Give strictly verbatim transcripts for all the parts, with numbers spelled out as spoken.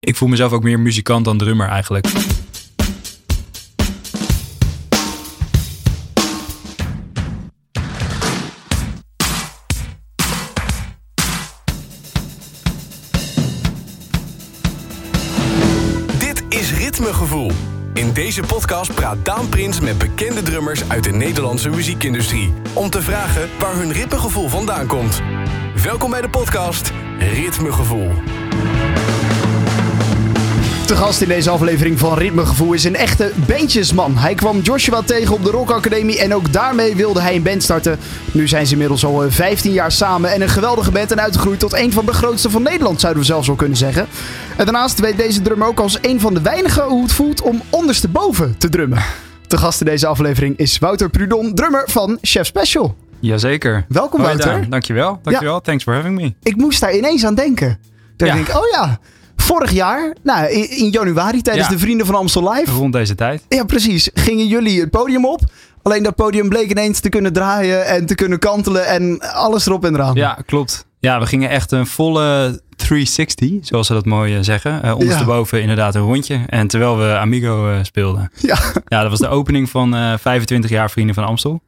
Ik voel mezelf ook meer muzikant dan drummer eigenlijk. Dit is Ritmegevoel. In deze podcast praat Daan Prins met bekende drummers uit de Nederlandse muziekindustrie. Om te vragen waar hun ritmegevoel vandaan komt. Welkom bij de podcast Ritmegevoel. De gast in deze aflevering van Ritmegevoel is een echte bandjesman. Hij kwam Joshua tegen op de Rock Academie en ook daarmee wilde hij een band starten. Nu zijn ze inmiddels al vijftien jaar samen en een geweldige band en uitgegroeid tot een van de grootste van Nederland, zouden we zelfs wel kunnen zeggen. En daarnaast weet deze drummer ook als een van de weinigen hoe het voelt om ondersteboven te drummen. De gast in deze aflevering is Wouter Prudon, drummer van Chef Special. Jazeker. Welkom Hoi, Wouter. Daan. Dankjewel, dankjewel. Ja. Thanks for having me. Ik moest daar ineens aan denken. Dan ja. denk ik, oh ja... Vorig jaar, nou, in, in januari, tijdens ja. de Vrienden van Amstel Live. Rond deze tijd. Ja, precies. Gingen jullie het podium op. Alleen dat podium bleek ineens te kunnen draaien en te kunnen kantelen en alles erop en eraan. Ja, klopt. Ja, we gingen echt een volle driehonderdzestig, zoals ze dat mooi zeggen. Uh, ondersteboven ja. inderdaad een rondje. En terwijl we Amigo uh, speelden. Ja. Ja, dat was de opening van uh, vijfentwintig jaar Vrienden van Amstel.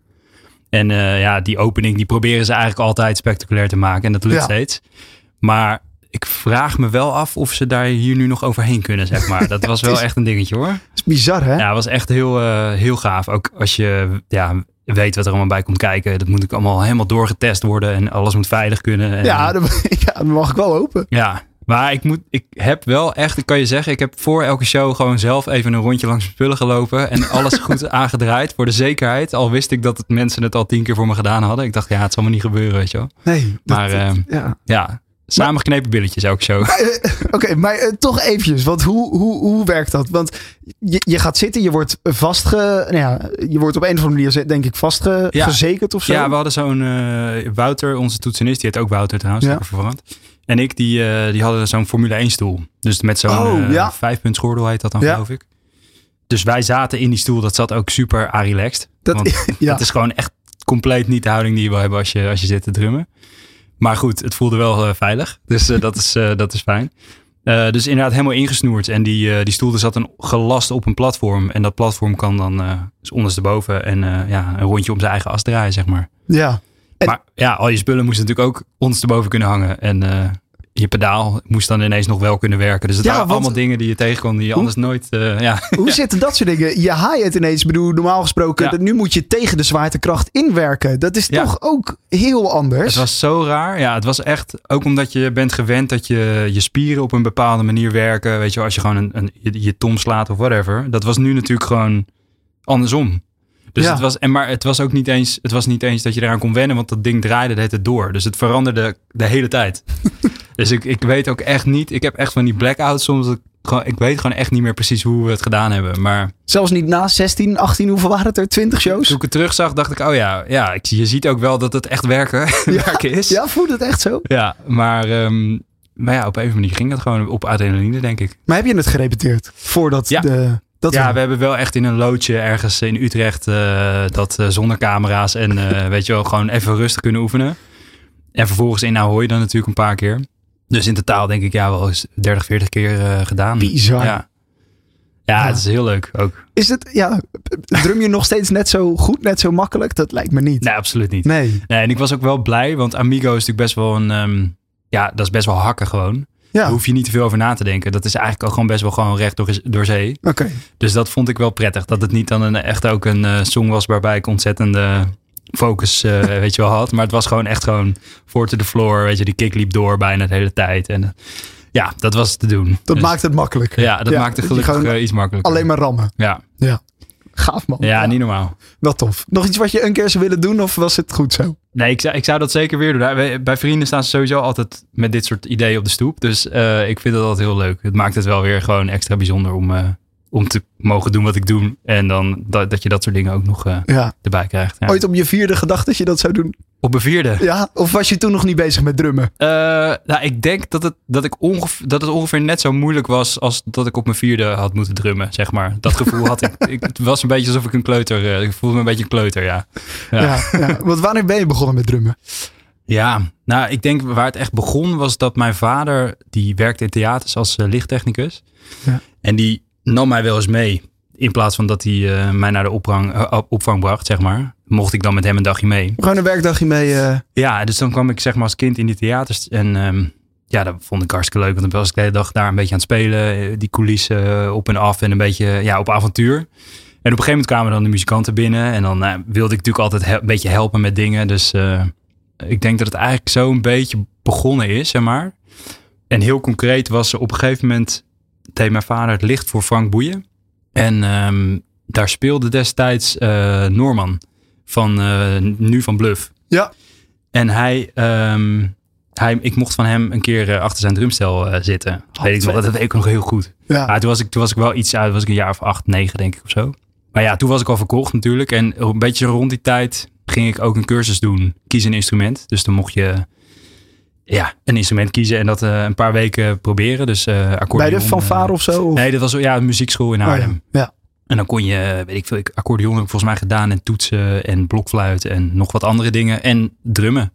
En uh, ja, die opening die proberen ze eigenlijk altijd spectaculair te maken. En dat lukt ja. steeds. Maar... ik vraag me wel af of ze daar hier nu nog overheen kunnen, zeg maar. Dat was wel is, echt een dingetje, hoor. Dat is bizar, hè? Ja, het was echt heel, uh, heel gaaf. Ook als je ja, weet wat er allemaal bij komt kijken. Dat moet ook allemaal helemaal doorgetest worden. En alles moet veilig kunnen. En, ja, dan, ja, dan mag ik wel hopen. Ja, maar ik, moet, ik heb wel echt, ik kan je zeggen... ik heb voor elke show gewoon zelf even een rondje langs mijn spullen gelopen. En alles goed aangedraaid voor de zekerheid. Al wist ik dat het mensen het al tien keer voor me gedaan hadden. Ik dacht, ja, het zal me niet gebeuren, weet je wel. Nee. Maar dat, uh, ja... ja. Samengeknepen billetjes elke show. Uh, Oké, okay, maar uh, toch eventjes. Want hoe, hoe, hoe werkt dat? Want je, je gaat zitten, je wordt vastge... Nou ja, je wordt op een of andere manier, denk ik, vastgezekerd ja. of zo. Ja, we hadden zo'n... Uh, Wouter, onze toetsenist, die heet ook Wouter trouwens. Ja. Verwarrend. En ik, die, uh, die hadden zo'n Formule één stoel. Dus met zo'n oh, uh, ja. vijfpunt schordel heet dat dan, ja. geloof ik. Dus wij zaten in die stoel. Dat zat ook super relaxed. Dat, want ja. het is gewoon echt compleet niet de houding die je wil hebben als je, als je zit te drummen. Maar goed, het voelde wel uh, veilig. Dus uh, dat, is, uh, dat is fijn. Uh, dus inderdaad helemaal ingesnoerd. En die, uh, die stoel er zat een gelast op een platform. En dat platform kan dan uh, dus ondersteboven en uh, ja, een rondje om zijn eigen as draaien, zeg maar. Ja. En... Maar ja, al je spullen moesten natuurlijk ook ondersteboven kunnen hangen. En uh, je pedaal moest dan ineens nog wel kunnen werken. Dus het ja, waren want... allemaal dingen die je tegenkwam die je hoe... anders nooit... Uh, ja. Hoe zitten dat soort dingen? Je haait het ineens. Ik bedoel, normaal gesproken, ja. dat, nu moet je tegen de zwaartekracht inwerken. Dat is ja. toch ook heel anders? Het was zo raar. Ja, het was echt... Ook omdat je bent gewend dat je je spieren op een bepaalde manier werken. Weet je, als je gewoon een, een, je, je tom slaat of whatever. Dat was nu natuurlijk gewoon andersom. Dus ja. het was, en maar het was ook niet eens, het was niet eens dat je eraan kon wennen, want dat ding draaide de hele tijd door. Dus het veranderde de hele tijd. Dus ik, ik weet ook echt niet, ik heb echt van die blackouts soms, ik, gewoon, ik weet gewoon echt niet meer precies hoe we het gedaan hebben. Maar zelfs niet na zestien, achttien, hoeveel waren het er? twintig shows? Toen ik het terugzag, dacht ik, oh ja, ja ik, je ziet ook wel dat het echt werken, ja, werken is. Ja, voelt het echt zo? Ja, maar, um, maar ja, op een of andere manier ging dat gewoon op adrenaline, denk ik. Maar heb je het gerepeteerd voordat ja. de... Dat ja, we... we hebben wel echt in een loodje ergens in Utrecht uh, dat uh, zonder camera's en uh, weet je wel, gewoon even rustig kunnen oefenen. En vervolgens in Ahoy dan natuurlijk een paar keer. Dus in totaal denk ik ja wel eens dertig, veertig keer uh, gedaan. Bizar. Ja. Ja, ja, het is heel leuk ook. Is het, ja, drum je nog steeds net zo goed, net zo makkelijk? Dat lijkt me niet. Nee, absoluut niet. Nee. Nee, en ik was ook wel blij, want Amigo is natuurlijk best wel een, um, ja, dat is best wel hakken gewoon. Ja. Daar hoef je niet te veel over na te denken. Dat is eigenlijk ook gewoon best wel gewoon recht door, door zee. Oké. Okay. Dus dat vond ik wel prettig. Dat het niet dan een, echt ook een uh, song was waarbij ik ontzettende focus uh, weet je wel had. Maar het was gewoon echt gewoon four to the floor. Weet je, die kick liep door bijna de hele tijd. En uh, ja, dat was te doen. Dat dus, maakt het makkelijker. Ja, dat ja, maakt het gelukkig uh, iets makkelijker. Alleen maar rammen. Ja. Ja. Gaaf man. Ja, ja, niet normaal. Wel tof. Nog iets wat je een keer zou willen doen of was het goed zo? Nee, ik zou, ik zou dat zeker weer doen. Bij vrienden staan ze sowieso altijd met dit soort ideeën op de stoep. Dus uh, ik vind dat altijd heel leuk. Het maakt het wel weer gewoon extra bijzonder om, uh, om te mogen doen wat ik doe. En dan dat, dat je dat soort dingen ook nog uh, ja. erbij krijgt. Ja. Ooit op je vierde gedacht dat je dat zou doen? Op mijn vierde? Ja, of was je toen nog niet bezig met drummen? Uh, nou, ik denk dat het, dat, ik ongeveer, dat het ongeveer net zo moeilijk was als dat ik op mijn vierde had moeten drummen, zeg maar. Dat gevoel had ik. ik het was een beetje alsof ik een kleuter, uh, ik voelde me een beetje een kleuter, ja. Ja. Ja, ja. Want wanneer ben je begonnen met drummen? Ja, nou, ik denk waar het echt begon was dat mijn vader, die werkte in theaters als uh, lichttechnicus. Ja. En die nam mij wel eens mee. In plaats van dat hij uh, mij naar de opvang, uh, opvang bracht, zeg maar. Mocht ik dan met hem een dagje mee. Gewoon een werkdagje mee. Uh... Ja, dus dan kwam ik zeg maar als kind in die theaters. En um, ja, dat vond ik hartstikke leuk. Want dan was ik de hele dag daar een beetje aan het spelen. Die coulissen op en af en een beetje ja, op avontuur. En op een gegeven moment kwamen dan de muzikanten binnen. En dan uh, wilde ik natuurlijk altijd he- een beetje helpen met dingen. Dus uh, ik denk dat het eigenlijk zo een beetje begonnen is, zeg maar. En heel concreet was op een gegeven moment... deed mijn vader het licht voor Frank Boeien. En um, daar speelde destijds uh, Norman van uh, Nu van Bluff. Ja. En hij, um, hij, ik mocht van hem een keer uh, achter zijn drumstel uh, zitten. Oh, weet ik nog, dat weet ik nog heel goed. Ja. Ja, toen, was ik, toen was ik wel iets uit, was ik een jaar of acht, negen denk ik of zo. Maar ja, toen was ik al verkocht natuurlijk. En een beetje rond die tijd ging ik ook een cursus doen. Kies een instrument. Dus dan mocht je ja, een instrument kiezen en dat uh, een paar weken proberen. Dus uh, accordeon. Bij de fanfare uh, of zo? Of? Nee, dat was ja, een muziekschool in Haarlem. Oh, ja. Ja. En dan kon je, weet ik veel, accordeon heb ik volgens mij gedaan en toetsen en blokfluit en nog wat andere dingen en drummen.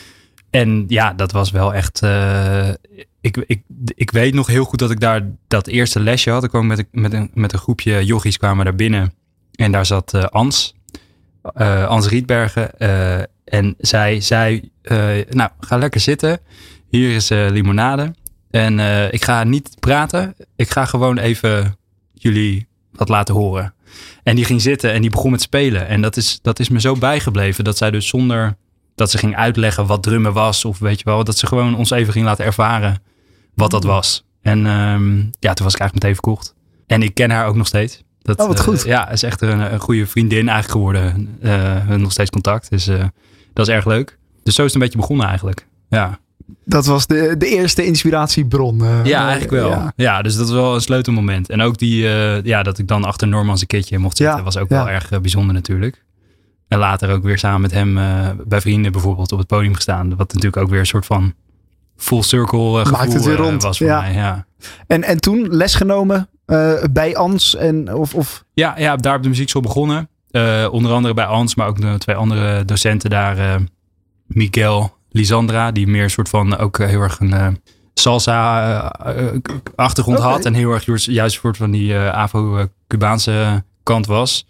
En ja, dat was wel echt, uh, ik, ik, ik weet nog heel goed dat ik daar dat eerste lesje had. Ik kwam met, met, een, met een groepje jochies kwamen daar binnen en daar zat uh, Ans, uh, Ans Rietbergen. Uh, en zij zei, uh, nou ga lekker zitten, hier is uh, limonade. En uh, ik ga niet praten, ik ga gewoon even jullie dat laten horen. En die ging zitten en die begon met spelen. En dat is, dat is me zo bijgebleven. Dat zij dus zonder dat ze ging uitleggen wat drummen was. Of weet je wel, dat ze gewoon ons even ging laten ervaren wat dat was. En um, ja, toen was ik eigenlijk meteen verkocht. En ik ken haar ook nog steeds. Dat, oh, wat goed. Uh, ja, is echt een, een goede vriendin eigenlijk geworden. Uh, nog steeds contact. Dus uh, dat is erg leuk. Dus zo is het een beetje begonnen eigenlijk. Ja. Dat was de, de eerste inspiratiebron. Uh, ja, eigenlijk wel. Ja. ja, dus dat was wel een sleutelmoment. En ook die, uh, ja, dat ik dan achter Norman een keertje mocht zitten, ja, was ook ja. wel erg uh, bijzonder natuurlijk. En later ook weer samen met hem uh, bij vrienden bijvoorbeeld op het podium gestaan. Wat natuurlijk ook weer een soort van full circle uh, gevoel Maakt het weer rond. Uh, was voor ja. mij. Ja. En, en toen lesgenomen uh, bij Ans? En, of, of... Ja, ja, daar op de muziekschool begonnen. Uh, onder andere bij Ans, maar ook de twee andere docenten daar. Uh, Miguel Lisandra, die meer een soort van ook heel erg een uh, salsa uh, uh, achtergrond okay. had. En heel erg juist voor van die uh, Afro-Cubaanse kant was.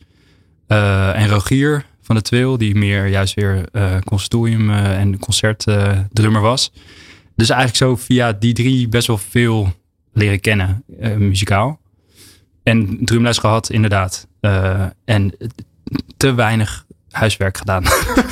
Uh, en Rogier van de Tweel, die meer juist weer uh, conservatorium uh, en concertdrummer uh, was. Dus eigenlijk zo via die drie best wel veel leren kennen, uh, muzikaal. En drumles gehad, inderdaad. Uh, en te weinig huiswerk gedaan.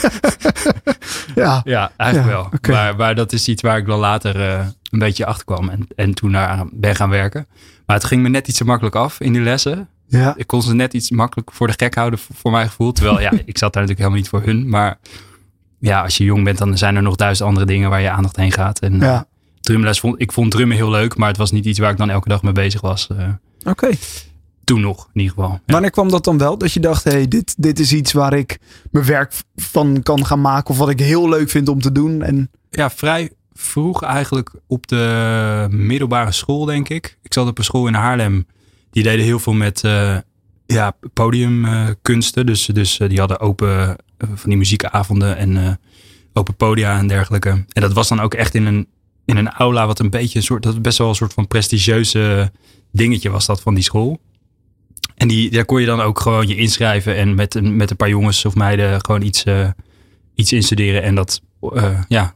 ja. ja, eigenlijk ja, wel. Okay. Maar, maar dat is iets waar ik dan later uh, een beetje achter kwam. En, en toen naar ben gaan werken. Maar het ging me net iets te makkelijk af in die lessen. Ja. Ik kon ze net iets makkelijk voor de gek houden voor, voor mijn gevoel. Terwijl ja, ik zat daar natuurlijk helemaal niet voor hun. Maar ja, als je jong bent, dan zijn er nog duizend andere dingen waar je aandacht heen gaat. En ja. uh, drumles vond ik vond drummen heel leuk. Maar het was niet iets waar ik dan elke dag mee bezig was. Uh, Oké. Okay. Toen nog, in ieder geval. Ja. Wanneer kwam dat dan wel? Dat je dacht, hey, dit, dit is iets waar ik mijn werk van kan gaan maken. Of wat ik heel leuk vind om te doen. En... Ja, vrij vroeg eigenlijk op de middelbare school, denk ik. Ik zat op een school in Haarlem. Die deden heel veel met uh, ja, podiumkunsten. Uh, dus dus uh, die hadden open uh, van die muziekavonden en uh, open podia en dergelijke. En dat was dan ook echt in een, in een aula wat een beetje een soort, dat best wel een soort van prestigieuze dingetje was dat van die school. En die, daar kon je dan ook gewoon je inschrijven en met een, met een paar jongens of meiden gewoon iets, uh, iets instuderen. En dat, uh, ja,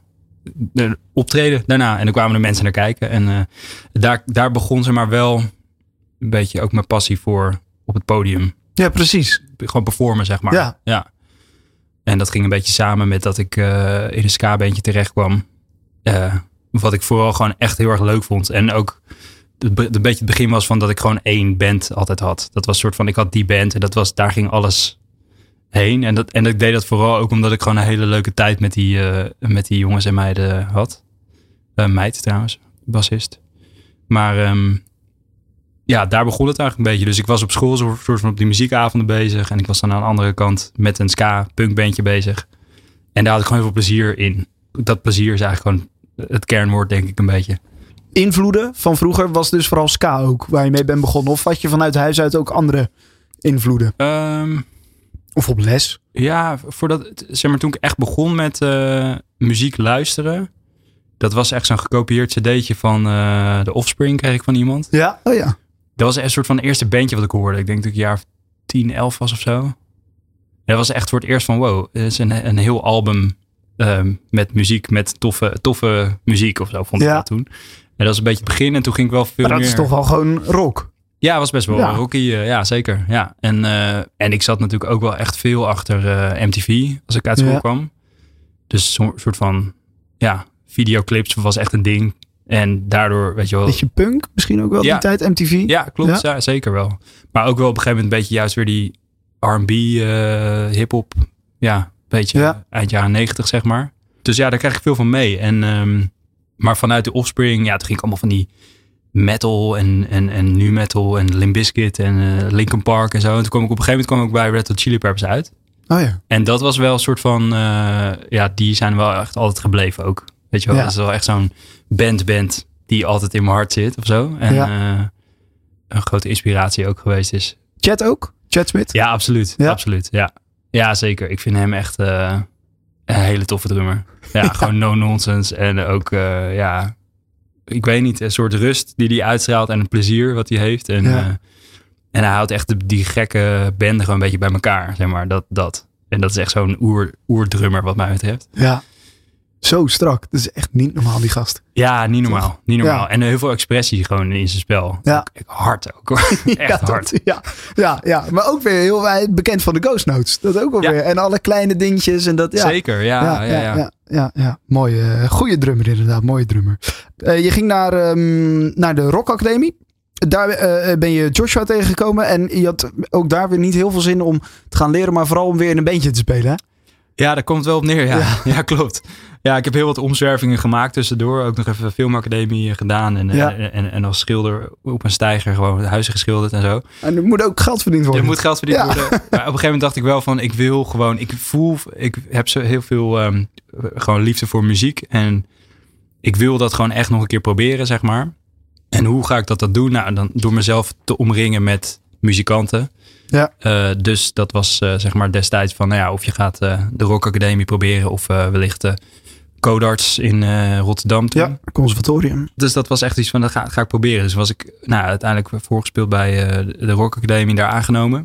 optreden daarna. En dan kwamen er mensen naar kijken. En uh, daar, daar begon ze maar wel een beetje ook mijn passie voor op het podium. Ja, precies. Gewoon performen, zeg maar. Ja. ja. En dat ging een beetje samen met dat ik uh, in een ska-bandje terecht kwam. Uh, wat ik vooral gewoon echt heel erg leuk vond. En ook een beetje het begin was van dat ik gewoon één band altijd had. Dat was een soort van, ik had die band en dat was, daar ging alles heen. En, dat, en ik deed dat vooral ook omdat ik gewoon een hele leuke tijd met die, uh, met die jongens en meiden had. Uh, meid trouwens, bassist. Maar um, ja, daar begon het eigenlijk een beetje. Dus ik was op school zo, soort van op die muziekavonden bezig. En ik was dan aan de andere kant met een ska-punkbandje bezig. En daar had ik gewoon heel veel plezier in. Dat plezier is eigenlijk gewoon het kernwoord, denk ik een beetje. Invloeden van vroeger was dus vooral ska ook, waar je mee bent begonnen? Of had je vanuit huis uit ook andere invloeden? Um, of op les? Ja, voordat, zeg maar, toen ik echt begon met, uh, muziek luisteren. Dat was echt zo'n gekopieerd cd'tje van uh, The Offspring, kreeg ik van iemand. Ja, oh ja. Dat was echt een soort van eerste bandje wat ik hoorde. Ik denk dat ik een jaar of tien, elf was of zo. Dat was echt voor het eerst van wow, het is een, een heel album um, met muziek, met toffe, toffe muziek of zo, vond ik ja. dat toen. En dat was een beetje het begin en toen ging ik wel veel maar dat meer... is toch wel gewoon rock? Ja, het was best wel ja. rocky, uh, ja zeker. Ja. En, uh, en ik zat natuurlijk ook wel echt veel achter uh, M T V als ik uit school ja. kwam. Dus zo'n soort van, ja, videoclips was echt een ding. En daardoor, weet je wel... Beetje punk misschien ook wel ja. die tijd, M T V? Ja, klopt. Ja? Ja, zeker wel. Maar ook wel op een gegeven moment een beetje juist weer die R en B, uh, hip-hop. Ja, een beetje ja. eind jaren negentig, zeg maar. Dus ja, daar krijg ik veel van mee. En, um, maar vanuit de Offspring, ja, toen ging ik allemaal van die metal en, en, en nu metal en Limp Bizkit en uh, Linkin Park en zo. En toen kwam ik op een gegeven moment kwam ik bij Red Hot Chili Peppers uit. Oh ja. En dat was wel een soort van, uh, ja, die zijn wel echt altijd gebleven ook. Weet je wel, ja. dat is wel echt zo'n band-band die altijd in mijn hart zit of zo. En ja. uh, een grote inspiratie ook geweest is. Chad ook? Chad Smith? Ja, absoluut. Ja. Absoluut, ja. Ja, zeker. Ik vind hem echt uh, een hele toffe drummer. Ja, ja. gewoon no nonsense. En ook, uh, ja, ik weet niet, een soort rust die hij uitstraalt en een plezier wat hij heeft. En, ja. uh, en hij houdt echt de, die gekke banden gewoon een beetje bij elkaar, zeg maar. Dat, dat. En dat is echt zo'n oer, oerdrummer wat mij betreft. Ja. Zo strak. Dat is echt niet normaal, die gast. Ja, niet normaal. Niet normaal. Ja. En heel veel expressie gewoon in zijn spel. Ja. Hard ook hoor. Echt ja, hard. Dat, ja. Ja, ja, maar ook weer heel bekend van de Ghost Notes. Dat ook wel ja. weer. En alle kleine dingetjes. En dat, ja. Zeker, ja. ja, ja, ja. ja, ja, ja. Mooie, uh, goede drummer inderdaad. Mooie drummer. Uh, je ging naar, um, naar de Rock Academie. Daar uh, ben je Joshua tegengekomen. En je had ook daar weer niet heel veel zin om te gaan leren. Maar vooral om weer in een bandje te spelen, hè? Ja, daar komt het wel op neer. Ja, ja. ja klopt. Ja, ik heb heel wat omzwervingen gemaakt tussendoor. Ook nog even een filmacademie gedaan. En, ja. en, en, en als schilder op een steiger gewoon huizen geschilderd en zo. En er moet ook geld verdiend worden. Er moet geld verdiend ja. worden. Maar op een gegeven moment dacht ik wel van, ik wil gewoon, ik voel, ik heb zo heel veel um, gewoon liefde voor muziek. En ik wil dat gewoon echt nog een keer proberen, zeg maar. En hoe ga ik dat dan doen? Nou, dan door mezelf te omringen met muzikanten. Ja. Uh, dus dat was uh, zeg maar destijds van, nou ja, of je gaat uh, de Rock Academie proberen of uh, wellicht uh, Codarts in uh, Rotterdam toen. Ja, conservatorium. Dus dat was echt iets van, dat ga, ga ik proberen. Dus was ik nou, uiteindelijk voorgespeeld bij uh, de Rock Academie, daar aangenomen.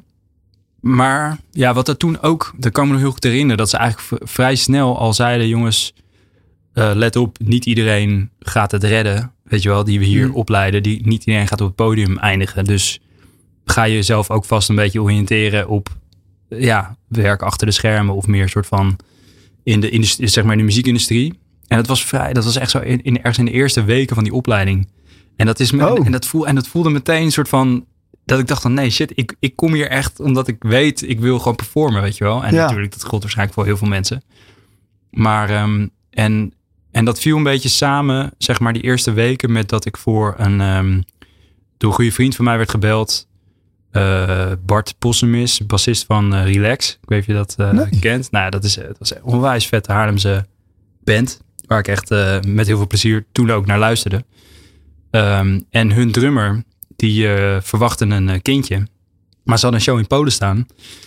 Maar ja, wat er toen ook, daar kan ik me nog heel goed herinneren, dat ze eigenlijk v- vrij snel al zeiden, jongens, uh, let op, niet iedereen gaat het redden, weet je wel, die we hier hmm. opleiden. Die, niet iedereen gaat op het podium eindigen. Dus ga je jezelf ook vast een beetje oriënteren op ja, werk achter de schermen of meer soort van in de, industrie, zeg maar in de muziekindustrie. En dat was vrij, dat was echt zo in, in, ergens in de eerste weken van die opleiding. En dat is me, oh. en, dat voel, en dat voelde meteen een soort van dat ik dacht van nee shit, ik, ik kom hier echt omdat ik weet, ik wil gewoon performen, weet je wel. En ja. natuurlijk, dat geldt waarschijnlijk voor heel veel mensen. Maar um, en, en dat viel een beetje samen, zeg maar die eerste weken met dat ik voor een um, door een goede vriend van mij werd gebeld. Uh, Bart Possemis, bassist van uh, Relax. Ik weet of je dat uh, nee. kent. Nou, dat is, dat was een onwijs vette Haarlemse band. Waar ik echt uh, met heel veel plezier toen ook naar luisterde. Um, en hun drummer, die uh, verwachtte een uh, kindje. Maar ze hadden een show in Polen staan.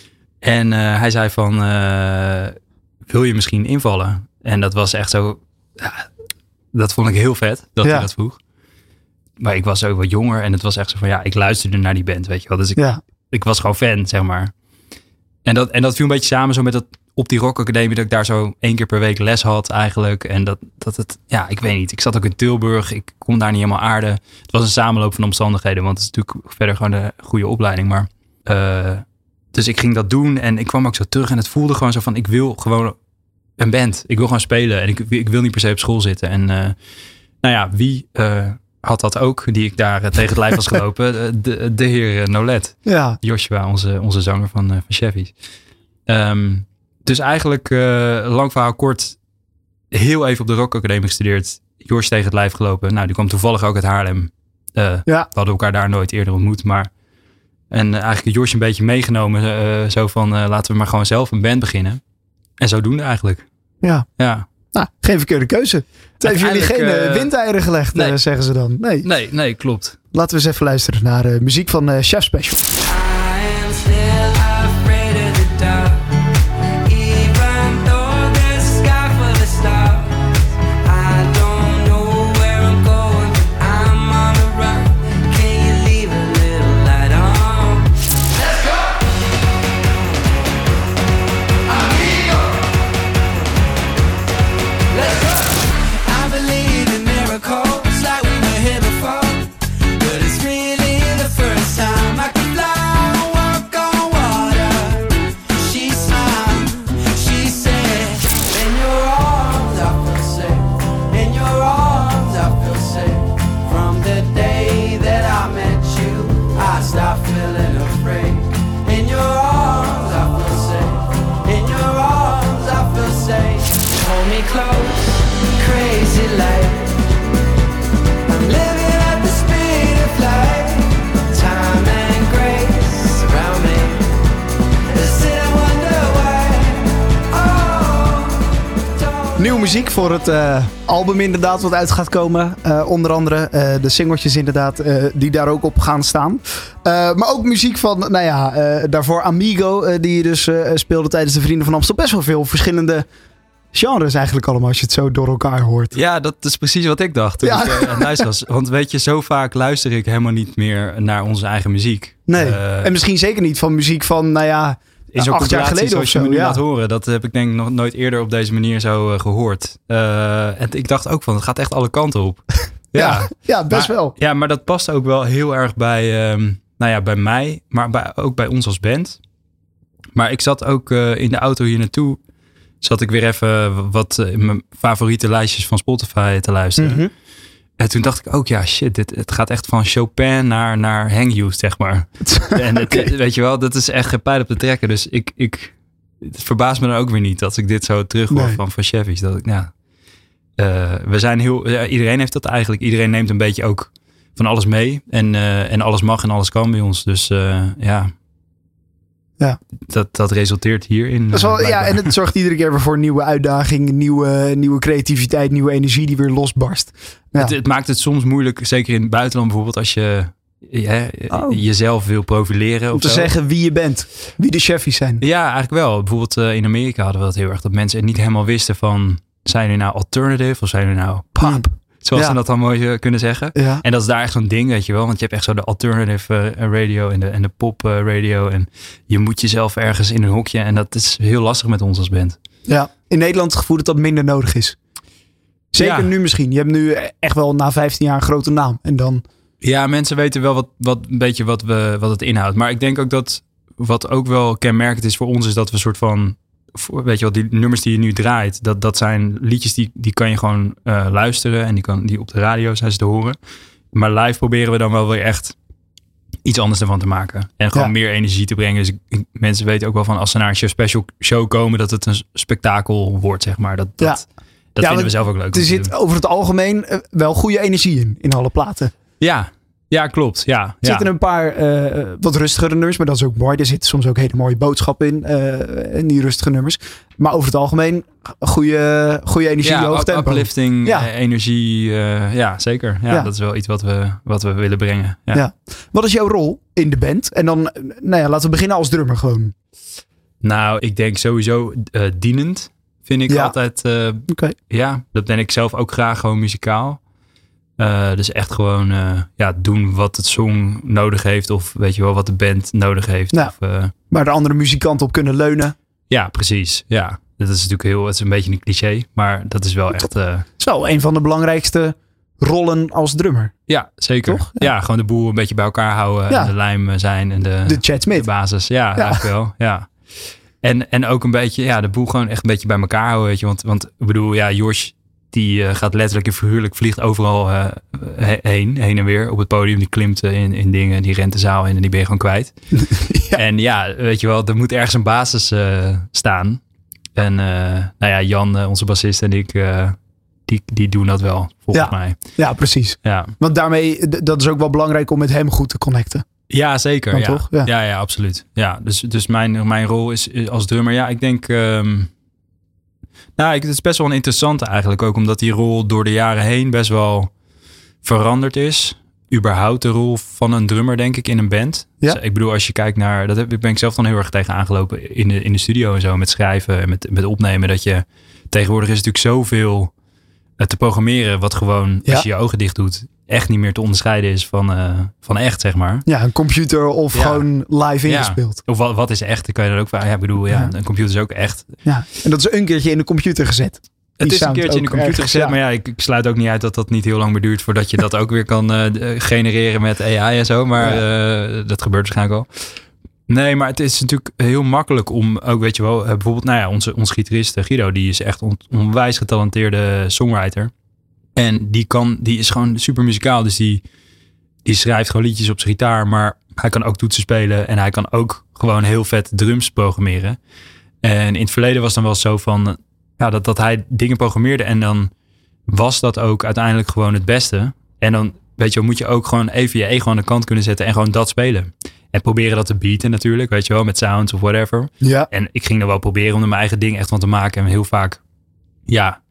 En uh, hij zei van, uh, wil je misschien invallen? En dat was echt zo, ja, dat vond ik heel vet dat ja. hij dat vroeg. Maar ik was ook wat jonger en het was echt zo van, ja, ik luisterde naar die band, weet je wel. Dus ik, ja. ik was gewoon fan, zeg maar. En dat, en dat viel een beetje samen zo met dat op die Rock Academie, dat ik daar zo één keer per week les had eigenlijk. En dat, dat het, ja, ik weet niet. Ik zat ook in Tilburg, ik kon daar niet helemaal aarden. Het was een samenloop van omstandigheden, want het is natuurlijk verder gewoon een goede opleiding. Maar, uh, dus ik ging dat doen en ik kwam ook zo terug en het voelde gewoon zo van, ik wil gewoon een band. Ik wil gewoon spelen en ik, ik wil niet per se op school zitten. En uh, nou ja, wie... Uh, had dat ook, die ik daar uh, tegen het lijf was gelopen. De, de heer uh, Nolet. Ja. Joshua, onze, onze zanger van, uh, van Chevy's. Um, dus eigenlijk, uh, lang verhaal kort, heel even op de Rock Academie gestudeerd. Josh tegen het lijf gelopen. Nou, die kwam toevallig ook uit Haarlem. Uh, ja. We hadden elkaar daar nooit eerder ontmoet. Maar, en uh, eigenlijk Josh een beetje meegenomen. Uh, zo van, uh, laten we maar gewoon zelf een band beginnen. En zodoende eigenlijk. Ja. Ja. Nou, geen verkeerde keuze. Het heeft jullie geen uh, windeieren gelegd, nee. uh, zeggen ze dan. Nee. nee, nee, klopt. Laten we eens even luisteren naar uh, muziek van uh, Chef Special. Even though the sky full of stars muziek voor het uh, album inderdaad wat uit gaat komen. Uh, onder andere uh, de singeltjes inderdaad uh, die daar ook op gaan staan. Uh, maar ook muziek van, nou ja, uh, daarvoor Amigo. Uh, die je dus uh, speelde tijdens de Vrienden van Amstel. Best wel veel verschillende genres eigenlijk allemaal als je het zo door elkaar hoort. Ja, dat is precies wat ik dacht toen ja. ik uh, aan het luisteren was. Want weet je, zo vaak luister ik helemaal niet meer naar onze eigen muziek. Nee, uh, en misschien zeker niet van muziek van, nou ja... In zo'n acht jaar geleden zoals of zo, je me nu ja. laat horen. Dat heb ik denk ik nog nooit eerder op deze manier zo uh, gehoord. Uh, en ik dacht ook van, het gaat echt alle kanten op. ja. ja, ja, best maar, wel. Ja, maar dat past ook wel heel erg bij, um, nou ja, bij mij. Maar bij, ook bij ons als band. Maar ik zat ook uh, in de auto hier naartoe. Zat ik weer even wat uh, in mijn favoriete lijstjes van Spotify te luisteren. Mm-hmm. En toen dacht ik ook, ja shit, dit, het gaat echt van Chopin naar, naar Hang You, zeg maar. en het, okay. Weet je wel, dat is echt geen pijl op te trekken. Dus ik, ik, het verbaast me dan ook weer niet als ik dit zo terug hoor nee. van Vaschevic. Dat ik, ja, uh, we zijn heel, ja, iedereen heeft dat eigenlijk. Iedereen neemt een beetje ook van alles mee. En, uh, en alles mag en alles kan bij ons. Dus uh, ja... Ja. Dat, dat resulteert hierin. Dat is wel, ja, en het zorgt iedere keer weer voor nieuwe uitdagingen, nieuwe, nieuwe creativiteit, nieuwe energie die weer losbarst. Ja. Het, het maakt het soms moeilijk, zeker in het buitenland bijvoorbeeld, als je ja, oh. jezelf wil profileren. Om te zo. zeggen wie je bent, wie de chefies zijn. Ja, eigenlijk wel. Bijvoorbeeld uh, in Amerika hadden we dat heel erg, dat mensen niet helemaal wisten van, zijn jullie nou alternative of zijn jullie nou pop? Hmm. Zoals ja. ze dat dan mooi uh, kunnen zeggen. Ja. En dat is daar echt zo'n ding, weet je wel. Want je hebt echt zo de alternative uh, radio en de, en de pop uh, radio. En je moet jezelf ergens in een hokje. En dat is heel lastig met ons als band. Ja, in Nederland het gevoel dat dat minder nodig is. Zeker ja. nu misschien. Je hebt nu echt wel na vijftien jaar een grote naam. En dan... Ja, mensen weten wel wat, wat, een beetje wat, we, wat het inhoudt. Maar ik denk ook dat wat ook wel kenmerkend is voor ons... is dat we een soort van... Weet je wat, die nummers die je nu draait, dat, dat zijn liedjes die, die kan je gewoon uh, luisteren en die, kan, die op de radio zijn ze te horen. Maar live proberen we dan wel weer echt iets anders ervan te maken. En gewoon ja. meer energie te brengen. Dus ik, ik, mensen weten ook wel van als ze naar een show special show komen, dat het een spektakel wordt, zeg maar. Dat, dat, ja. dat ja, vinden we zelf ook leuk. Er zit over het algemeen uh, wel goede energie in, in alle platen. Ja. Ja, klopt. Ja, er zitten ja. een paar uh, wat rustigere nummers, maar dat is ook mooi. Er zitten soms ook hele mooie boodschappen in, uh, in die rustige nummers. Maar over het algemeen goede, goede energie, ja, hoog tempo. Uplifting, ja. energie. Uh, ja, zeker. Ja, ja, dat is wel iets wat we, wat we willen brengen. Ja. Ja. Wat is jouw rol in de band? En dan, nou ja, laten we beginnen als drummer gewoon. Nou, ik denk sowieso uh, dienend. Vind ik ja. altijd. Uh, okay. Ja, dat ben ik zelf ook graag gewoon muzikaal. Uh, dus echt gewoon uh, ja, doen wat het song nodig heeft. Of weet je wel, wat de band nodig heeft. Nou, of, uh, maar de andere muzikanten op kunnen leunen. Ja, precies. Ja, dat is natuurlijk heel, het is een beetje een cliché. Maar dat is wel echt... Uh, Zo, een van de belangrijkste rollen als drummer. Ja, zeker. Toch? Ja. ja, gewoon de boel een beetje bij elkaar houden. Ja. En de lijm zijn. En de, de Chad Smith. De basis. Ja, ja. eigenlijk wel. Ja. En, en ook een beetje, ja, de boel gewoon echt een beetje bij elkaar houden. Weet je. Want, want ik bedoel, ja, Josh... Die uh, gaat letterlijk en figuurlijk, vliegt overal uh, he- heen, heen en weer op het podium. Die klimt uh, in, in dingen, die rent de zaal in en die ben je gewoon kwijt. ja. En ja, weet je wel, er moet ergens een basis uh, staan. En uh, nou ja, Jan, uh, onze bassist en ik, uh, die, die doen dat wel, volgens ja. mij. Ja, precies. Ja. Want daarmee, d- dat is ook wel belangrijk om met hem goed te connecten. Ja, zeker. Ja. Toch? Ja. ja, ja, absoluut. Ja, dus dus mijn, mijn rol is, is als drummer, ja, ik denk... Um, Nou, het is best wel een interessante eigenlijk ook. Omdat die rol door de jaren heen best wel veranderd is. Überhaupt de rol van een drummer, denk ik, in een band. Ja. Dus ik bedoel, als je kijkt naar... Dat ben ik zelf dan heel erg tegen aangelopen in de, in de studio en zo. Met schrijven en met, met opnemen. Dat je... Tegenwoordig is natuurlijk zoveel te programmeren. Wat gewoon, ja. als je je ogen dicht doet... echt niet meer te onderscheiden is van, uh, van echt, zeg maar. Ja, een computer of ja. gewoon live ingespeeld. Ja. Of wat, wat is echt? Dan kan je dan ook van, ja, ik bedoel, ja, ja, een computer is ook echt. Ja, en dat is een keertje in de computer gezet. Die het is een keertje in de computer ergens, gezet, ja. maar ja, ik, ik sluit ook niet uit dat dat niet heel lang meer duurt voordat je dat ook weer kan uh, genereren met A I en zo. Maar ja. uh, dat gebeurt waarschijnlijk al. Nee, maar het is natuurlijk heel makkelijk om ook, weet je wel, uh, bijvoorbeeld, nou ja, onze, onze gitarist Guido, die is echt on, onwijs getalenteerde songwriter. En die kan, die is gewoon super muzikaal. Dus die, die schrijft gewoon liedjes op zijn gitaar. Maar hij kan ook toetsen spelen. En hij kan ook gewoon heel vet drums programmeren. En in het verleden was dan wel zo van... Ja, dat, dat hij dingen programmeerde. En dan was dat ook uiteindelijk gewoon het beste. En dan, weet je wel, moet je ook gewoon even je ego aan de kant kunnen zetten. En gewoon dat spelen. En proberen dat te beaten natuurlijk. Weet je wel, met sounds of whatever. Ja. En ik ging dan wel proberen om er mijn eigen ding echt van te maken. En heel vaak, ja...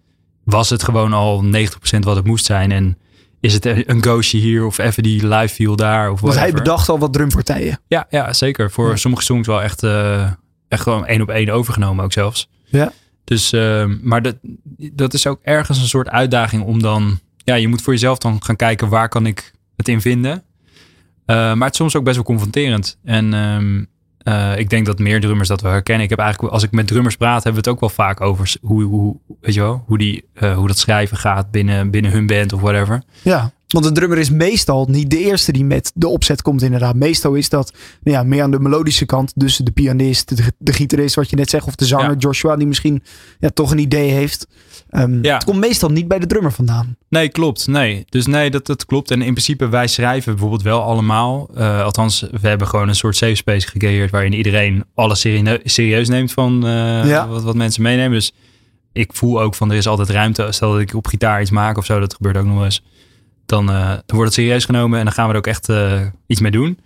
was het gewoon al negentig procent wat het moest zijn. En is het een ghostje hier of even die live feel daar? Of Want hij whatever. bedacht al wat drumpartijen. Ja, ja zeker. Voor Ja. sommige songs wel echt, uh, echt gewoon één op één overgenomen ook zelfs. Ja. Dus, uh, maar dat, dat is ook ergens een soort uitdaging om dan... Ja, je moet voor jezelf dan gaan kijken waar kan ik het in vinden. Uh, maar het is soms ook best wel confronterend. En um, uh, ik denk dat meer drummers dat wel herkennen. Ik heb eigenlijk, als ik met drummers praat, hebben we het ook wel vaak over hoe, hoe, weet je wel, hoe, die, uh, hoe dat schrijven gaat binnen, binnen hun band of whatever. Ja, want de drummer is meestal niet de eerste die met de opzet komt inderdaad. Meestal is dat nou ja, meer aan de melodische kant. Dus de pianist, de, de gitarist wat je net zegt. Of de zanger Ja. Joshua die misschien ja, toch een idee heeft. Um, Ja. Het komt meestal niet bij de drummer vandaan. Nee, klopt. Nee. Dus nee, dat, dat klopt. En in principe, wij schrijven bijvoorbeeld wel allemaal. Uh, althans, we hebben gewoon een soort safe space gecreëerd waarin iedereen alles serie- serieus neemt van uh, Ja. wat, wat mensen meenemen. Dus ik voel ook van er is altijd ruimte. Stel dat ik op gitaar iets maak of zo, dat gebeurt ook nog wel eens. Dan, uh, dan wordt het serieus genomen en dan gaan we er ook echt uh, iets mee doen.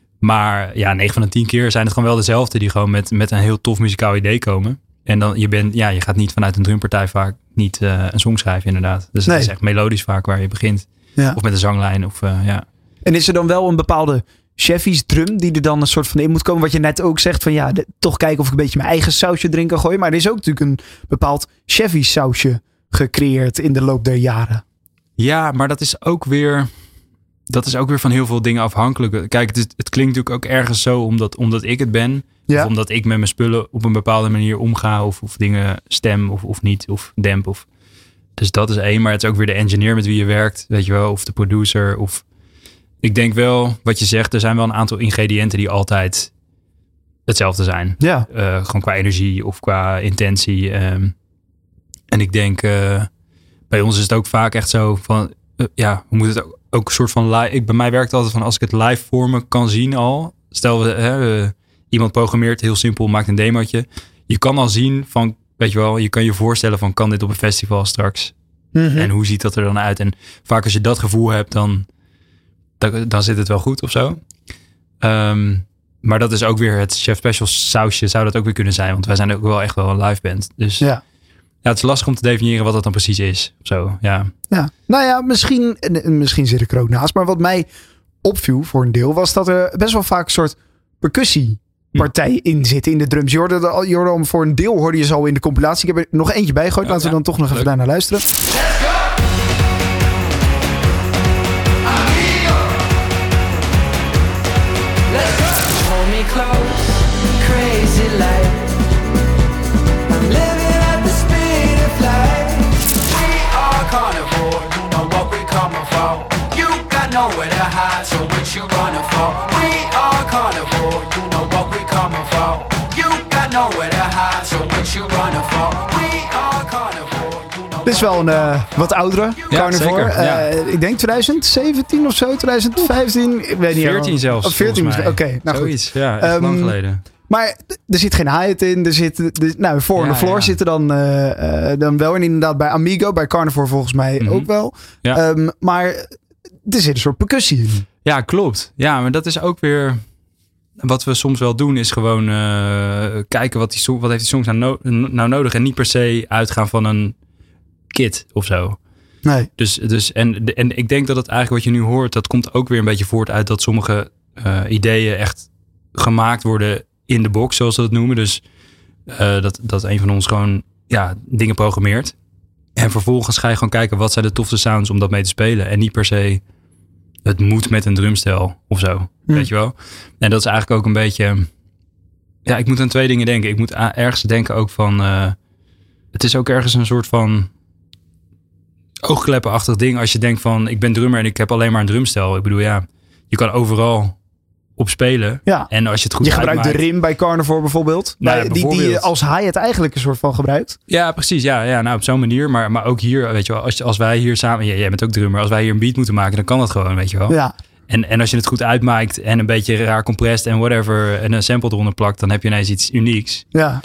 Maar ja, negen van de tien keer zijn het gewoon wel dezelfde die gewoon met, met een heel tof muzikaal idee komen. En dan je bent, ja, je gaat niet vanuit een drumpartij vaak niet uh, een song schrijven inderdaad. Dus Nee. het is echt melodisch vaak waar je begint. Ja. Of met een zanglijn of uh, ja. En is er dan wel een bepaalde Chevy's drum die er dan een soort van in moet komen? Wat je net ook zegt van ja, de, toch kijken of ik een beetje mijn eigen sausje erin kan gooien. Maar er is ook natuurlijk een bepaald Chevy sausje gecreëerd in de loop der jaren. Ja, maar dat is ook weer... Dat is ook weer van heel veel dingen afhankelijk. Kijk, het, is, het klinkt natuurlijk ook ergens zo omdat, omdat ik het ben. Ja. Of omdat ik met mijn spullen op een bepaalde manier omga. Of, of dingen stem of, of niet. Of demp. Of... Dus dat is één. Maar het is ook weer de engineer met wie je werkt. Weet je wel. Of de producer. Of... Ik denk wel, wat je zegt. Er zijn wel een aantal ingrediënten die altijd hetzelfde zijn. Ja. Uh, gewoon qua energie of qua intentie. Um, en ik denk... Uh, bij ons is het ook vaak echt zo van... Uh, ja, we moeten het ook... Ook een soort van live. Ik, bij mij werkt het altijd van als ik het live voor me kan zien al. Stel, we, hè, uh, iemand programmeert heel simpel, maakt een demootje. Je kan al zien van, weet je wel, je kan je voorstellen van kan dit op een festival straks? Mm-hmm. En hoe ziet dat er dan uit? En vaak als je dat gevoel hebt, dan, dan, dan zit het wel goed of zo. Um, maar dat is ook weer het Chef Special sausje zou dat ook weer kunnen zijn. Want wij zijn ook wel echt wel een live band. Dus Ja. ja, het is lastig om te definiëren wat dat dan precies is. Zo, ja. Ja, nou ja, misschien, misschien zit ik er ook naast. Maar wat mij opviel voor een deel was dat er best wel vaak een soort percussiepartij hm. in zit in de drums. Je hoorde, de, je hoorde al voor een deel hoorde je zo in de compilatie. Ik heb er nog eentje bij gegooid. Oh, Laten ja. we dan toch nog Leuk. even daarnaar luisteren. Nowhere to hide, so what you running for? We are carnivore, you know what we coming for. You got nowhere to hide, so what you running for? We are carnivore, you know. Dit is wel een uh, wat oudere Ja, carnivore. zeker, ja. Uh, ik denk twintig zeventien of zo, twintig vijftien. Ik weet niet. veertien zelfs. Of veertien, oké. Okay, nou goed. Zoiets, ja, echt Um, lang geleden. Maar er zit geen hi-hat in. Er zit, er, nou, Four on Ja, the Floor ja. zitten dan, uh, uh, dan wel. En inderdaad bij Amigo, bij Carnivore volgens mij Mm-hmm. ook wel. Ja. Um, maar er zit een soort percussie in. Ja, klopt. Ja, maar dat is ook weer... Wat we soms wel doen is gewoon uh, kijken wat, die song, wat heeft die songs nou, no- nou nodig. En niet per se uitgaan van een kit of zo. Nee. Dus, dus en, en ik denk dat het eigenlijk wat je nu hoort... dat komt ook weer een beetje voort uit dat sommige uh, ideeën echt gemaakt worden in de box, zoals ze dat noemen. Dus uh, dat, dat een van ons gewoon ja, dingen programmeert. En vervolgens ga je gewoon kijken wat zijn de tofste sounds om dat mee te spelen. En niet per se... Het moet met een drumstel of zo, Hm. weet je wel. En dat is eigenlijk ook een beetje... Ja, ik moet aan twee dingen denken. Ik moet a- ergens denken ook van... Uh, het is ook ergens een soort van... oogkleppenachtig ding. Als je denkt van, ik ben drummer en ik heb alleen maar een drumstel. Ik bedoel, ja, je kan overal op spelen. Ja. En als je het goed Je gebruikt de uitmaakt- rim bij Carnivore bijvoorbeeld. Nou ja, Bij- die, die bijvoorbeeld. je als hi-hat eigenlijk een soort van gebruikt. Ja, precies. Ja, ja nou op zo'n manier. Maar, maar ook hier, weet je wel, als, als wij hier samen... Ja, jij bent ook drummer. Als wij hier een beat moeten maken, dan kan dat gewoon, weet je wel. Ja. En, en als je het goed uitmaakt en een beetje raar compressed en whatever... en een sample eronder plakt, dan heb je ineens iets unieks. Ja.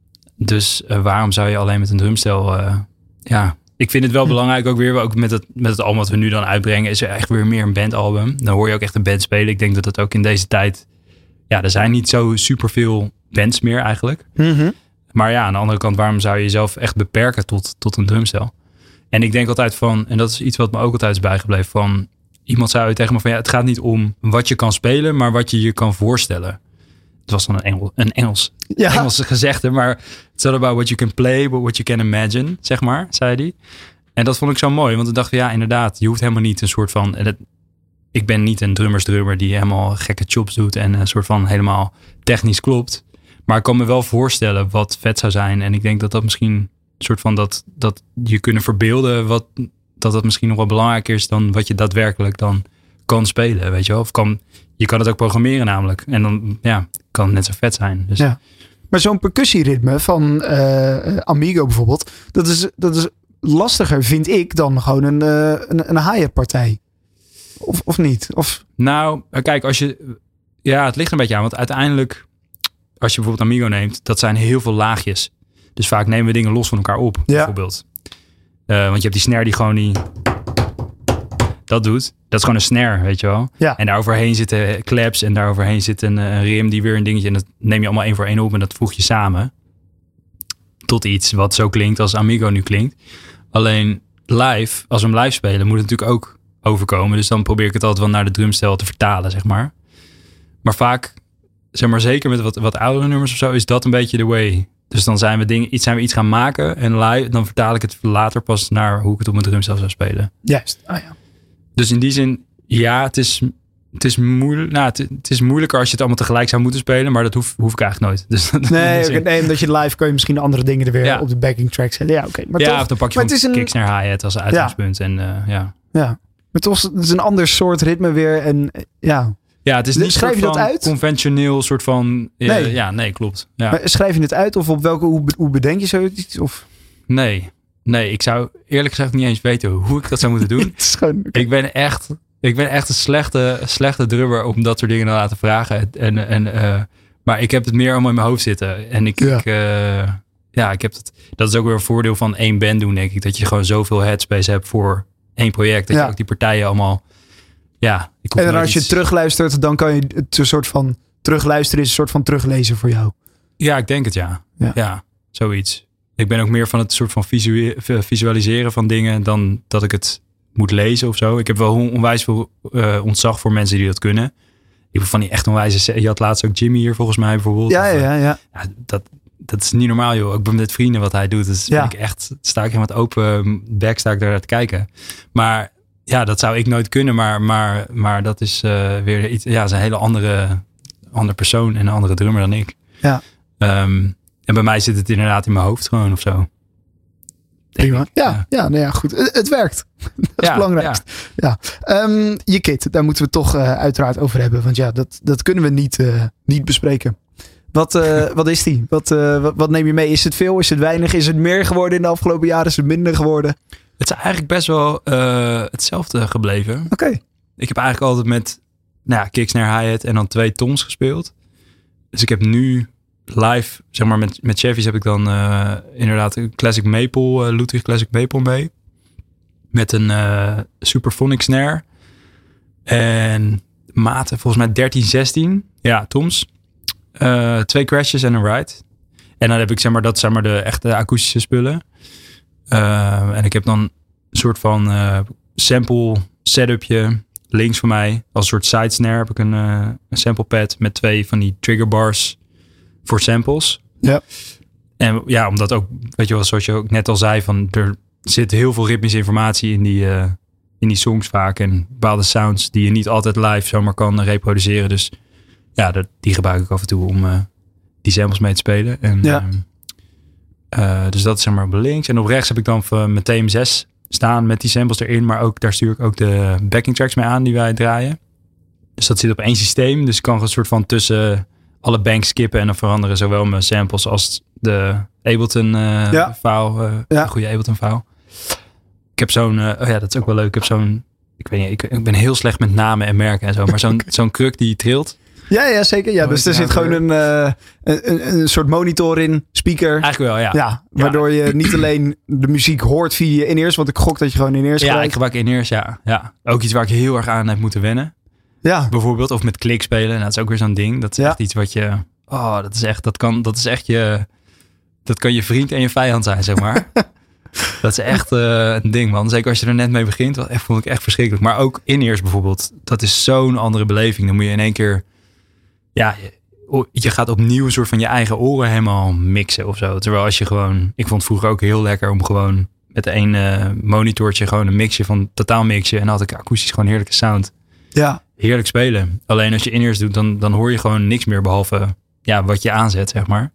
Dus uh, waarom zou je alleen met een drumstel... Uh, ja, ik vind het wel belangrijk ook weer... ook met het, met het album wat we nu dan uitbrengen... is er echt weer meer een bandalbum. Dan hoor je ook echt een band spelen. Ik denk dat dat ook in deze tijd... Ja, er zijn niet zo superveel bands meer eigenlijk. Mm-hmm. Maar ja, aan de andere kant... waarom zou je jezelf echt beperken tot, tot een drumstel? En ik denk altijd van, en dat is iets wat me ook altijd is bijgebleven, van iemand zei tegen me van, ja, het gaat niet om wat je kan spelen, maar wat je je kan voorstellen. Het was dan een, Engel, een Engels, Ja. Engelse gezegde, maar it's all about what you can play, but what you can imagine, zeg maar, zei hij. En dat vond ik zo mooi, want ik dacht van, ja, inderdaad, je hoeft helemaal niet een soort van, en het, ik ben niet een drummersdrummer die helemaal gekke chops doet en een soort van helemaal technisch klopt. Maar ik kan me wel voorstellen wat vet zou zijn. En ik denk dat dat misschien een soort van dat, dat je kunnen verbeelden wat, dat dat misschien nog wel belangrijker is dan wat je daadwerkelijk dan kan spelen, weet je wel. Of kan, je kan het ook programmeren namelijk. En dan ja, kan het net zo vet zijn. Dus Ja. Maar zo'n percussieritme van uh, Amigo bijvoorbeeld, dat is, dat is lastiger, vind ik, dan gewoon een, uh, een, een hi-hat partij. Of, of niet? Of, nou, kijk, als je... Ja, het ligt er een beetje aan. Want uiteindelijk, als je bijvoorbeeld Amigo neemt, dat zijn heel veel laagjes. Dus vaak nemen we dingen los van elkaar op, Ja. bijvoorbeeld. Uh, want je hebt die snare die gewoon die... Dat doet. Dat is gewoon een snare, weet je wel. Ja. En daaroverheen zitten claps en daaroverheen zit een, een rim die weer een dingetje. En dat neem je allemaal één voor één op en dat voeg je samen. Tot iets wat zo klinkt als Amigo nu klinkt. Alleen live, als we hem live spelen, moet het natuurlijk ook overkomen. Dus dan probeer ik het altijd wel naar de drumstijl te vertalen, zeg maar. Maar vaak, zeg maar zeker met wat, wat oudere nummers of zo, is dat een beetje de way. Dus dan zijn we, dingen, iets, zijn we iets gaan maken en live, dan vertaal ik het later pas naar hoe ik het op mijn drumstijl zou spelen. juist. Ah, ja. Dus in die zin, ja, het is, het is moeilijk. Nou, het, het is moeilijker als je het allemaal tegelijk zou moeten spelen, maar dat hoef, hoef ik eigenlijk nooit. Dus dat- Nee, in die oké, zin- nee, omdat je live kan je misschien andere dingen er weer Ja. op de backing track zetten. Ja, oké. Maar ja, toch, of dan pak je maar van het is een- kicks naar hi-hat als uitgangspunt. En uh, ja. ja. Maar toch, het is een ander soort ritme weer. En eh, ja. ja, het is Dus niet schrijf soort je dat van uit? conventioneel soort van... Uh, Nee. Ja, nee, klopt. Ja. Maar schrijf je het uit of op welke, hoe, be- hoe bedenk je zoiets? Of Nee, nee, ik zou eerlijk gezegd niet eens weten hoe ik dat zou moeten doen. het is gewoon. oké. Ik ben echt, ik ben echt een slechte, slechte drummer om dat soort dingen te laten vragen. En, en, uh, maar ik heb het meer allemaal in mijn hoofd zitten. En ik, Ja. ik, uh, ja, ik heb het. Dat is ook weer een voordeel van één band doen, denk ik. Dat je gewoon zoveel headspace hebt voor één project. Dat Ja. je ook die partijen allemaal. Ja, ik hoef En dan nooit als je iets- terugluistert, dan kan je het een soort van terugluisteren is een soort van teruglezen voor jou. Ja, ik denk het ja. Ja. ja. zoiets. Ik ben ook meer van het soort van visu- visualiseren van dingen dan dat ik het moet lezen of zo. Ik heb wel on- onwijs veel uh, ontzag voor mensen die dat kunnen. Ik ben van die echt onwijze... Je had laatst ook Jimmy hier volgens mij bijvoorbeeld. Ja, Of, uh, ja, ja. ja, dat, dat is niet normaal joh. Ik ben met vrienden wat hij doet. Dus Ja. ben ik echt, sta ik met open bek sta ik daar te kijken. Maar ja, dat zou ik nooit kunnen. Maar, maar, maar dat is uh, weer iets... Ja, is een hele andere, andere persoon en een andere drummer dan ik. Ja. Um, en bij mij zit het inderdaad in mijn hoofd gewoon of zo. Denk Prima. ik. Ja, ja, nou ja, goed. Het, het werkt. Dat is Ja, het belangrijkste. Ja. Um, je kit, daar moeten we het toch uh, uiteraard over hebben. Want ja, dat, dat kunnen we niet, uh, niet bespreken. Wat, uh, wat is die? Wat, uh, wat, wat neem je mee? Is het veel? Is het weinig? Is het meer geworden in de afgelopen jaren? Is het minder geworden? Het is eigenlijk best wel uh, hetzelfde gebleven. Oké. Okay. Ik heb eigenlijk altijd met nou ja, kick, snare, hi-hat en dan twee toms gespeeld. Dus ik heb nu live, zeg maar met, met Chevy's heb ik dan uh, inderdaad een Classic Maple, uh, Ludwig Classic Maple mee. Met een uh, Superphonic snare. En maten volgens mij dertien, zestien. Ja, toms. Uh, twee crashes en een ride. En dan heb ik zeg maar, dat zeg maar de echte akoestische spullen. Uh, en ik heb dan een soort van uh, sample setupje links van mij. Als een soort side snare heb ik een, uh, een sample pad met twee van die trigger bars voor samples. Ja. En ja, omdat ook, weet je wel, zoals je ook net al zei, van er zit heel veel ritmische informatie in die, uh, in die songs vaak. En bepaalde sounds die je niet altijd live zomaar kan reproduceren. Dus ja, dat, die gebruik ik af en toe om uh, die samples mee te spelen. En, ja. uh, uh, dus dat is zeg maar op links. En op rechts heb ik dan mijn T M zes staan met die samples erin. Maar ook daar stuur ik ook de backing tracks mee aan die wij draaien. Dus dat zit op één systeem. Dus ik kan een soort van tussen alle banks skippen. En dan veranderen zowel mijn samples als de Ableton uh, ja. file. Uh, ja. Een goede Ableton file. Ik heb zo'n, uh, oh ja, dat is ook wel leuk. Ik heb zo'n, ik weet niet, ik, ik ben heel slecht met namen en merken en zo. Maar zo'n, okay. zo'n kruk die trilt. Ja, ja, zeker. Ja, dus er zit gewoon een, uh, een, een soort monitor in, speaker. Eigenlijk wel, ja. Ja, waardoor ja. je niet alleen de muziek hoort via je in-ears, want ik gok dat je gewoon in-ears Ja, gebruikt. ik gebruik in-ears, ja. ja. Ook iets waar ik heel erg aan heb moeten wennen. Ja. Bijvoorbeeld, of met klik spelen. Nou, dat is ook weer zo'n ding. Dat is ja. echt iets wat je... Oh, dat is echt, dat kan, dat is echt je... Dat kan je vriend en je vijand zijn, zeg maar. Dat is echt uh, een ding, man. Zeker als je er net mee begint, dat vond ik echt verschrikkelijk. Maar ook in-ears bijvoorbeeld, dat is zo'n andere beleving. Dan moet je in één keer, ja, je, je gaat opnieuw een soort van je eigen oren helemaal mixen of zo. Terwijl als je gewoon, ik vond het vroeger ook heel lekker om gewoon met één uh, monitortje gewoon een mixje van totaal mixje. En dan had ik akoestisch gewoon heerlijke sound. Ja. Heerlijk spelen. Alleen als je in-ears doet, dan, dan hoor je gewoon niks meer behalve ja, wat je aanzet, zeg maar.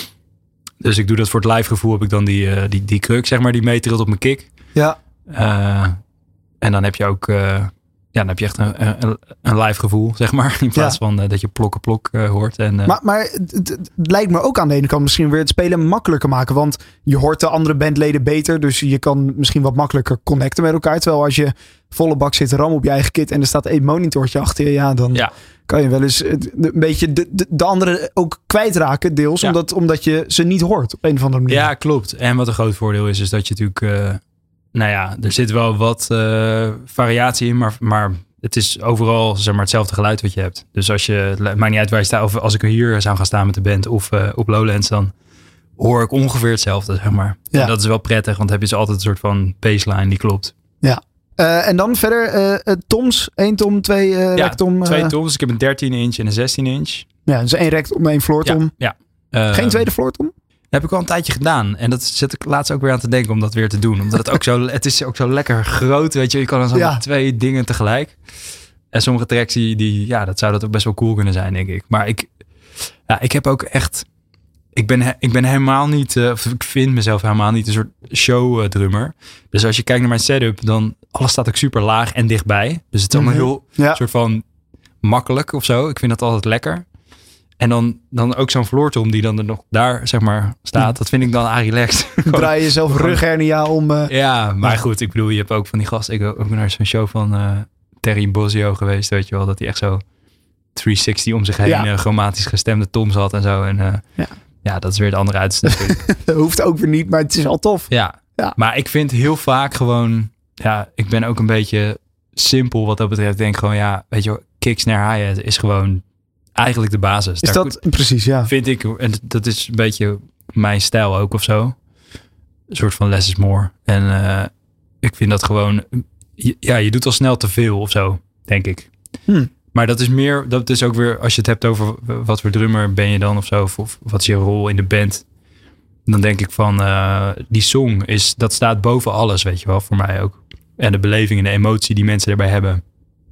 Dus ik doe dat voor het live gevoel. Heb ik dan die, uh, die, die kruk, zeg maar, die meetrilt op mijn kick. Ja. Uh, en dan heb je ook, uh, ja, dan heb je echt een, een, een live gevoel, zeg maar. In plaats ja. van uh, dat je plok plok uh, hoort. En, uh, maar maar het, het lijkt me ook aan de ene kant misschien weer het spelen makkelijker maken. Want je hoort de andere bandleden beter. Dus je kan misschien wat makkelijker connecten met elkaar. Terwijl als je volle bak zit te rammen op je eigen kit en er staat één monitortje achter je, ja, dan ja. kan je wel eens een beetje de, de, de andere ook kwijtraken, deels, ja. omdat, omdat je ze niet hoort op een of andere manier. Ja, klopt. En wat een groot voordeel is, is dat je natuurlijk, uh, nou ja, er zit wel wat uh, variatie in, maar, maar het is overal, zeg maar, hetzelfde geluid wat je hebt. Dus als je, het maakt niet uit waar je staat, of als ik hier zou gaan staan met de band of uh, op Lowlands, dan hoor ik ongeveer hetzelfde, zeg maar. Ja. En dat is wel prettig, want dan heb je dus altijd een soort van baseline die klopt. Ja. Uh, en dan verder uh, toms, één tom, twee uh, ja, rectom. Uh, twee toms. Ik heb een dertien inch en een zestien inch. Ja, dus één rectom, één floortom. Ja, ja. Uh, Geen tweede floortom? Dat heb ik al een tijdje gedaan. En dat zet ik laatst ook weer aan te denken om dat weer te doen. Omdat het ook zo, het is ook zo lekker groot, weet je. Je kan dan zo ja. twee dingen tegelijk. En sommige tracks die, die, ja, dat zou dat ook best wel cool kunnen zijn, denk ik. Maar ik, ja, ik heb ook echt... Ik ben, ik ben helemaal niet, uh, of ik vind mezelf helemaal niet een soort show drummer. Dus als je kijkt naar mijn setup, dan alles staat ook super laag en dichtbij. Dus het is allemaal heel ja. soort van makkelijk of zo. Ik vind dat altijd lekker. En dan, dan ook zo'n floortom die dan er nog daar, zeg maar, staat. Dat vind ik dan aan relaxed. Draai je jezelf rughernia om. Uh... Ja, maar goed, ik bedoel, je hebt ook van die gasten. Ik ben ook naar zo'n show van uh, Terry Bozzio geweest, weet je wel. Dat hij echt zo driehonderdzestig om zich heen ja. uh, chromatisch gestemde toms had en zo. En uh, ja. Ja, dat is weer het andere uit. Dat hoeft ook weer niet, maar het is al tof. Ja, ja, maar ik vind heel vaak gewoon... Ja, ik ben ook een beetje simpel wat dat betreft. Ik denk gewoon, ja, weet je wel, kick, snare, hi-hat is gewoon eigenlijk de basis. Is Daar dat goed, precies, ja. Vind ik, en dat is een beetje mijn stijl ook of zo. Een soort van less is more. En uh, ik vind dat gewoon... Ja, je doet al snel te veel of zo, denk ik. Hmm. Maar dat is meer, dat is ook weer, als je het hebt over wat voor drummer ben je dan of zo, of, of wat is je rol in de band. Dan denk ik van, uh, die song is, dat staat boven alles, weet je wel, voor mij ook. En de beleving en de emotie die mensen erbij hebben.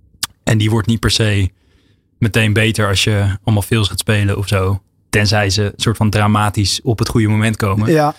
En die wordt niet per se meteen beter als je allemaal fills gaat spelen of zo. Tenzij ze een soort van dramatisch op het goede moment komen. Ja.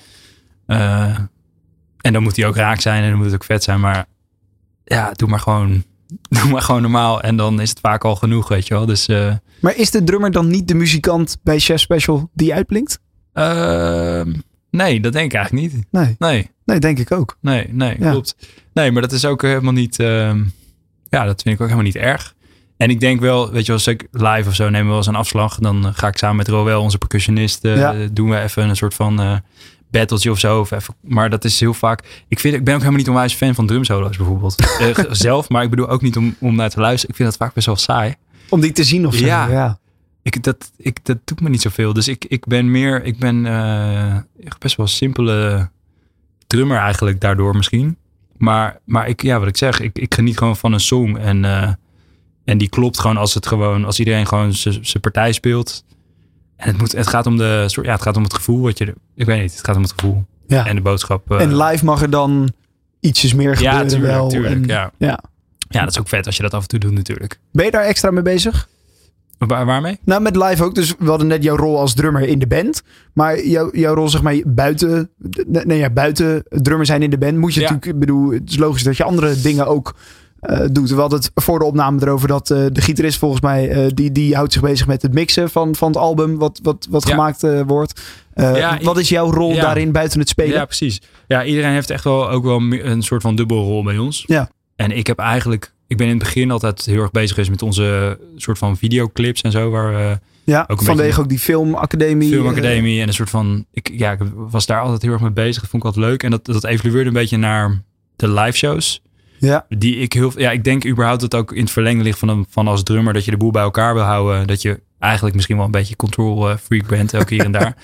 Uh, en dan moet die ook raak zijn en dan moet het ook vet zijn. Maar ja, doe maar gewoon... Doe maar gewoon normaal en dan is het vaak al genoeg, weet je wel. Dus, uh, maar is de drummer dan niet de muzikant bij Chef Special die uitblinkt? Uh, nee, dat denk ik eigenlijk niet. Nee, nee, nee denk ik ook. Nee, nee, ja. klopt. Nee, maar dat is ook helemaal niet... Uh, ja, dat vind ik ook helemaal niet erg. En ik denk wel, weet je wel, als ik live of zo nemen we wel eens een afslag. Dan ga ik samen met Roel, onze percussionist, uh, ja. doen we even een soort van... Uh, battletje of zo. Of even, maar dat is heel vaak... Ik, vind, ik ben ook helemaal niet onwijs fan van drumsolo's bijvoorbeeld. uh, zelf, maar ik bedoel ook niet om, om naar te luisteren. Ik vind dat vaak best wel saai. Om die te zien of zo. Ja, ja. Ik, dat, ik, dat doet me niet zoveel. Dus ik, ik ben meer... Ik ben uh, best wel simpele drummer eigenlijk daardoor misschien. Maar, maar ik, ja, wat ik zeg. Ik, ik geniet gewoon van een song. En, uh, en die klopt gewoon als het gewoon... Als iedereen gewoon zijn partij speelt... En het, moet, het, gaat om de, ja, het gaat om het gevoel wat je... Ik weet niet, het gaat om het gevoel. Ja. En de boodschap. Uh, en live mag er dan ietsjes meer gebeuren. Ja, tuurlijk, wel. tuurlijk en, ja. Ja. ja, dat is ook vet als je dat af en toe doet natuurlijk. Ben je daar extra mee bezig? Waar, waarmee? Nou, met live ook. Dus we hadden net jouw rol als drummer in de band. Maar jou, jouw rol, zeg maar, buiten... Nee, ja, buiten drummer zijn in de band. Moet je ja. natuurlijk... Ik bedoel, het is logisch dat je andere dingen ook... Uh, doet. We hadden het voor de opname erover dat uh, de gitarist volgens mij, uh, die, die houdt zich bezig met het mixen van, van het album wat, wat, wat ja. gemaakt uh, wordt. Uh, ja, wat is jouw rol ja. daarin buiten het spelen? Ja, precies. Ja, iedereen heeft echt wel ook wel een soort van dubbelrol bij ons. Ja. En ik heb eigenlijk, ik ben in het begin altijd heel erg bezig geweest met onze soort van videoclips en zo. Waar we ja, ook vanwege beetje, ook die filmacademie. Filmacademie uh, en een soort van, ik, ja, ik was daar altijd heel erg mee bezig. Dat vond ik altijd leuk. En dat, dat evolueerde een beetje naar de live shows. Ja. Die ik heel, ja, ik denk überhaupt dat het ook in het verlengde ligt van, een, van als drummer dat je de boel bij elkaar wil houden. Dat je eigenlijk misschien wel een beetje control uh, freak bent, ook hier en daar.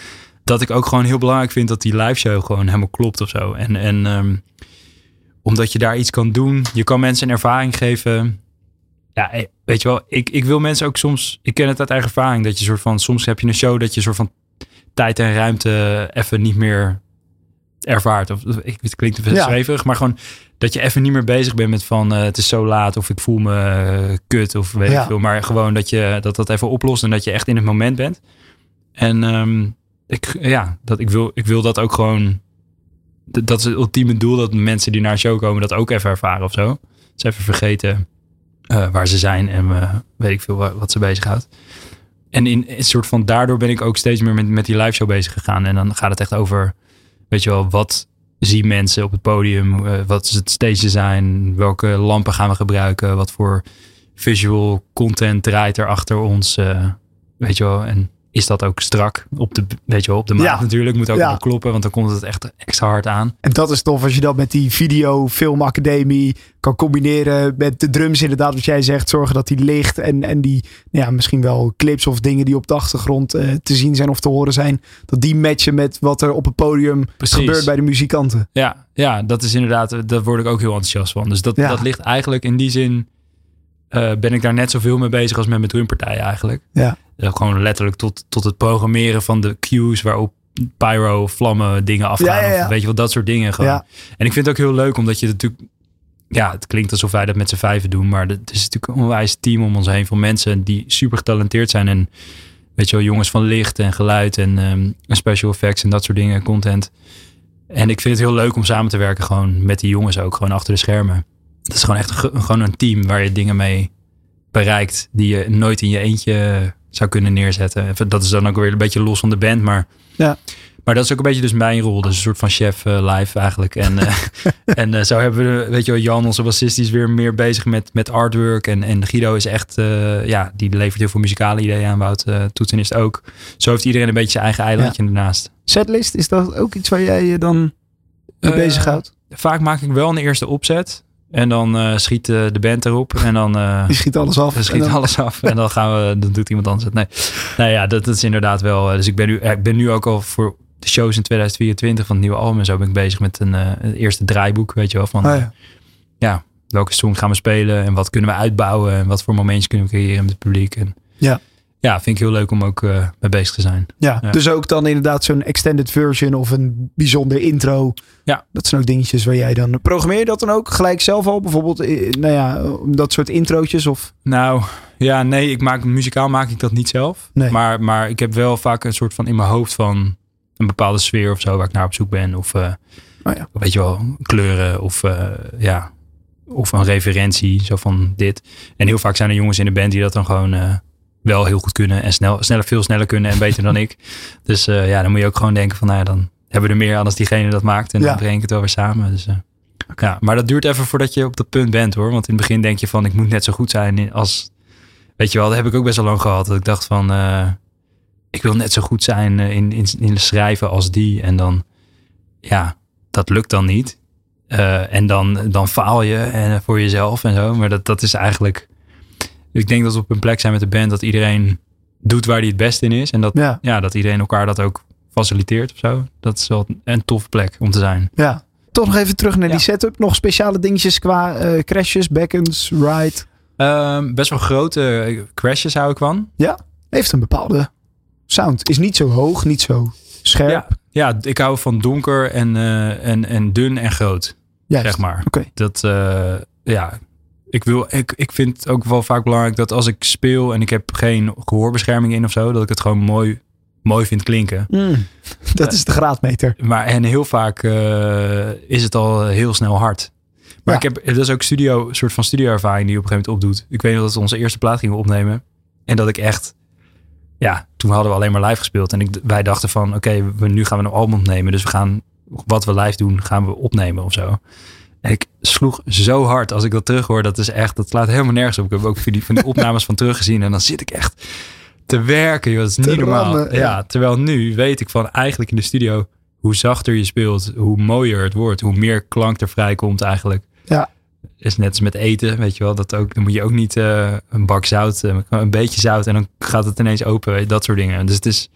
dat ik ook gewoon heel belangrijk vind dat die live show gewoon helemaal klopt of zo. En, en um, omdat je daar iets kan doen. Je kan mensen een ervaring geven. Ja, weet je wel, ik, ik wil mensen ook soms... Ik ken het uit eigen ervaring. Dat je soort van... Soms heb je een show dat je soort van tijd en ruimte even niet meer ervaart. Of, ik, het klinkt te veel Ja. zweverig, maar gewoon dat je even niet meer bezig bent met van uh, het is zo laat of ik voel me uh, kut of weet Ja. ik veel. Maar gewoon dat je dat, dat even oplost en dat je echt in het moment bent. En um, ik, ja, dat, ik, wil, ik wil dat ook gewoon... d- Dat is het ultieme doel, dat mensen die naar een show komen dat ook even ervaren of zo. Ze even vergeten uh, waar ze zijn en uh, weet ik veel wat, wat ze bezighoudt. En in een soort van daardoor ben ik ook steeds meer met, met die live show bezig gegaan. En dan gaat het echt over, weet je wel, wat zien mensen op het podium? Uh, wat is het stage design? Welke lampen gaan we gebruiken? Wat voor visual content draait er achter ons? Uh, weet je wel, en is dat ook strak op de, weet je wel, op de maat Ja. natuurlijk. Moet ook Ja. wel kloppen, want dan komt het echt extra hard aan. En dat is tof als je dat met die video, filmacademie kan combineren met de drums inderdaad, wat jij zegt. Zorgen dat die licht en, en die nou ja, misschien wel clips of dingen die op de achtergrond uh, te zien zijn of te horen zijn. Dat die matchen met wat er op het podium Precies. gebeurt bij de muzikanten. Ja, ja, dat is inderdaad, daar word ik ook heel enthousiast van. Dus dat, Ja. dat ligt eigenlijk in die zin, uh, ben ik daar net zoveel mee bezig als met mijn drumpartij eigenlijk. Ja. Uh, gewoon letterlijk tot, tot het programmeren van de cues waarop pyro, vlammen, dingen afgaan. Ja, ja, ja. Of weet je wel, dat soort dingen gewoon. Ja. En ik vind het ook heel leuk, omdat je het natuurlijk... Ja, het klinkt alsof wij dat met z'n vijven doen, maar het is natuurlijk een onwijs team om ons heen van mensen die super getalenteerd zijn. En weet je wel, jongens van licht en geluid en, um, en special effects en dat soort dingen, content. En ik vind het heel leuk om samen te werken gewoon met die jongens ook, gewoon achter de schermen. Het is gewoon echt een, gewoon een team waar je dingen mee bereikt die je nooit in je eentje zou kunnen neerzetten. Dat is dan ook weer een beetje los van de band, maar... Ja. Maar dat is ook een beetje dus mijn rol. Dus een soort van chef uh, live eigenlijk. En, uh, en uh, zo hebben we, weet je wel, Jan, onze bassist, die is weer meer bezig met, met artwork. En, en Guido is echt, uh, ja, die levert heel veel muzikale ideeën aan. Wout, uh, toetsenist ook. Zo heeft iedereen een beetje zijn eigen eilandje Ja. ernaast. Setlist, is dat ook iets waar jij je dan mee Uh, bezighoudt? Vaak maak ik wel een eerste opzet. En dan uh, schiet uh, de band erop. En dan... Uh, Die schiet alles af. Dan schiet en dan- alles af en dan gaan we, dan doet iemand anders het. Nee, nou ja, dat, dat is inderdaad wel. Dus ik ben nu, ik ben nu ook al voor de shows in tweeduizend vierentwintig van het nieuwe album en zo ben ik bezig met een, uh, een eerste draaiboek, weet je wel, van Oh, ja. ja, welke song gaan we spelen en wat kunnen we uitbouwen en wat voor momentjes kunnen we creëren met het publiek. En Ja. ja, vind ik heel leuk om ook uh, mee bezig te zijn. Ja, Ja. dus ook dan inderdaad zo'n extended version of een bijzonder intro. Ja. Dat zijn ook dingetjes waar jij dan... Programmeer je dat dan ook gelijk zelf al? Bijvoorbeeld, eh, nou ja, dat soort introotjes of... Nou, ja, nee, ik maak muzikaal maak ik dat niet zelf. Nee. Maar, maar ik heb wel vaak een soort van in mijn hoofd van een bepaalde sfeer of zo waar ik naar op zoek ben. Of uh, Oh ja. weet je wel, kleuren of uh, ja, of een referentie zo van dit. En heel vaak zijn er jongens in de band die dat dan gewoon uh, wel heel goed kunnen en snel, sneller, veel sneller kunnen en beter dan ik. Dus uh, ja, dan moet je ook gewoon denken van, nou ja, dan hebben we er meer aan als diegene dat maakt en Ja. dan breng ik het wel weer samen. Dus uh, ja, maar dat duurt even voordat je op dat punt bent hoor. Want in het begin denk je van, ik moet net zo goed zijn als, weet je wel, dat heb ik ook best wel lang gehad. Dat ik dacht van, uh, ik wil net zo goed zijn uh, in, in, in schrijven als die. En dan, ja, dat lukt dan niet. Uh, en dan, dan faal je en, voor jezelf en zo. Maar dat, dat is eigenlijk, ik denk dat we op een plek zijn met de band dat iedereen doet waar hij het beste in is. En dat, Ja. ja, dat iedereen elkaar dat ook faciliteert of zo. Dat is wel een toffe plek om te zijn. Ja. Toch nog even terug naar Ja. die setup. Nog speciale dingetjes qua eh, crashes, backends, ride. Um, best wel grote crashes hou ik van. Heeft een bepaalde sound. Is niet zo hoog, niet zo scherp. Ja, ja, ik hou van donker en, uh, en, en dun en groot, Juist. zeg maar. Oké. Dat, uh, ja, ik, wil, ik, ik vind het ook wel vaak belangrijk dat als ik speel en ik heb geen gehoorbescherming in of zo, dat ik het gewoon mooi, mooi vind klinken. Mm. Dat is de graadmeter. Maar en heel vaak uh, is het al heel snel hard. Maar Ja. ik heb, dat is ook studio, een soort van studioervaring die je op een gegeven moment opdoet. Ik weet nog dat we onze eerste plaat gingen opnemen. En dat ik echt, ja, toen hadden we alleen maar live gespeeld. En ik, wij dachten van, oké, okay, we, nu gaan we een album opnemen. Dus we gaan, wat we live doen, gaan we opnemen of zo. En ik sloeg zo hard als ik dat terug hoor. Dat is echt, dat slaat helemaal nergens op. Ik heb ook van die, van die opnames van teruggezien. En dan zit ik echt te werken, joh. Dat is Te niet normaal. rammen, ja. ja. Terwijl nu weet ik van eigenlijk in de studio, hoe zachter je speelt, hoe mooier het wordt. Hoe meer klank er vrijkomt eigenlijk. Ja. Is net als met eten, weet je wel. Dat ook, dan moet je ook niet uh, een bak zout, uh, een beetje zout en dan gaat het ineens open. Weet je, dat soort dingen. Dus het is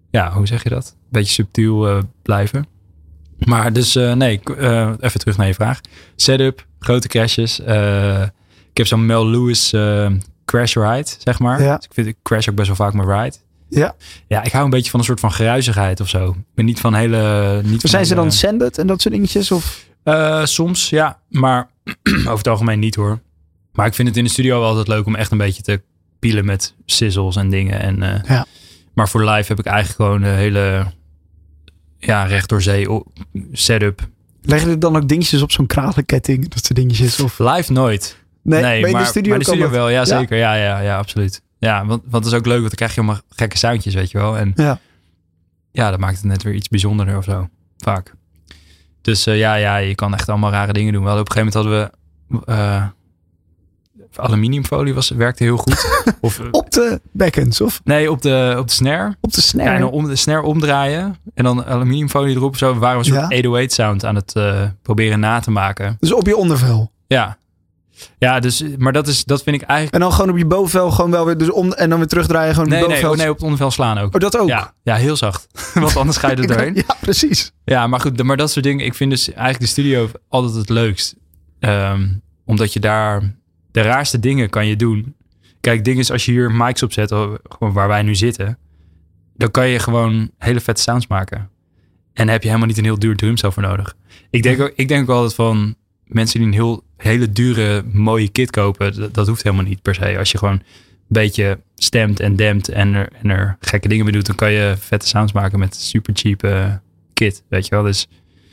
ja, hoe zeg je dat? Een beetje subtiel uh, blijven. Maar dus, uh, nee, uh, even terug naar je vraag. Setup, grote crashes. Uh, ik heb zo'n Mel Lewis uh, crash ride, zeg maar. Ja. Dus ik vind ik crash ook best wel vaak mijn ride. Ja. Ja, ik hou een beetje van een soort van geruisigheid of zo. Ik ben niet van hele... Niet van zijn ze hele, dan sanded en dat soort dingetjes? Of? Uh, soms, ja. Maar over het algemeen niet hoor. Maar ik vind het in de studio wel altijd leuk om echt een beetje te pielen met sizzles en dingen. En, uh, ja. Maar voor live heb ik eigenlijk gewoon een hele ja, recht door zee setup. Leggen er dan ook dingetjes op zo'n kralenketting? Dat soort dingetjes? Of? Live nooit. Nee, nee maar in maar, de studio, maar de studio wel. Ja, ja, zeker. Ja, ja, ja, absoluut. Ja, want, want dat is ook leuk, want dan krijg je allemaal gekke soundjes, weet je wel. En ja, ja dat maakt het net weer iets bijzonderder of zo. Vaak. Dus uh, ja, ja, je kan echt allemaal rare dingen doen. We hadden op een gegeven moment hadden we... Uh, aluminiumfolie was, werkte heel goed. Of, op de backends, of? Nee, op de, op de snare. Op de snare? Ja, en dan om de snare omdraaien. En dan aluminiumfolie erop. Zo we waren we een soort ja. honderdachttachtig sound aan het uh, proberen na te maken. Dus op je ondervel? Ja. Ja, dus, maar dat, is, dat vind ik eigenlijk... En dan gewoon op je bovenvel gewoon wel weer... Dus om, en dan weer terugdraaien gewoon nee, op je bovenvel? Nee, nee, op het ondervel slaan ook. Oh, dat ook? Ja, ja heel zacht. Want anders ga je er doorheen. Ja, precies. Ja, maar goed. Maar dat soort dingen. Ik vind dus eigenlijk de studio altijd het leukst. Um, omdat je daar... De raarste dingen kan je doen. Kijk, ding is als je hier mics opzet, gewoon waar wij nu zitten, dan kan je gewoon hele vette sounds maken. En daar heb je helemaal niet een heel duur drumstel voor nodig. Ik denk ook, ik denk ook altijd van mensen die een heel hele dure mooie kit kopen, dat, dat hoeft helemaal niet per se. Als je gewoon een beetje stemt en dempt en er, en er gekke dingen mee doet, dan kan je vette sounds maken met super cheap uh, kit, weet je wel. Dus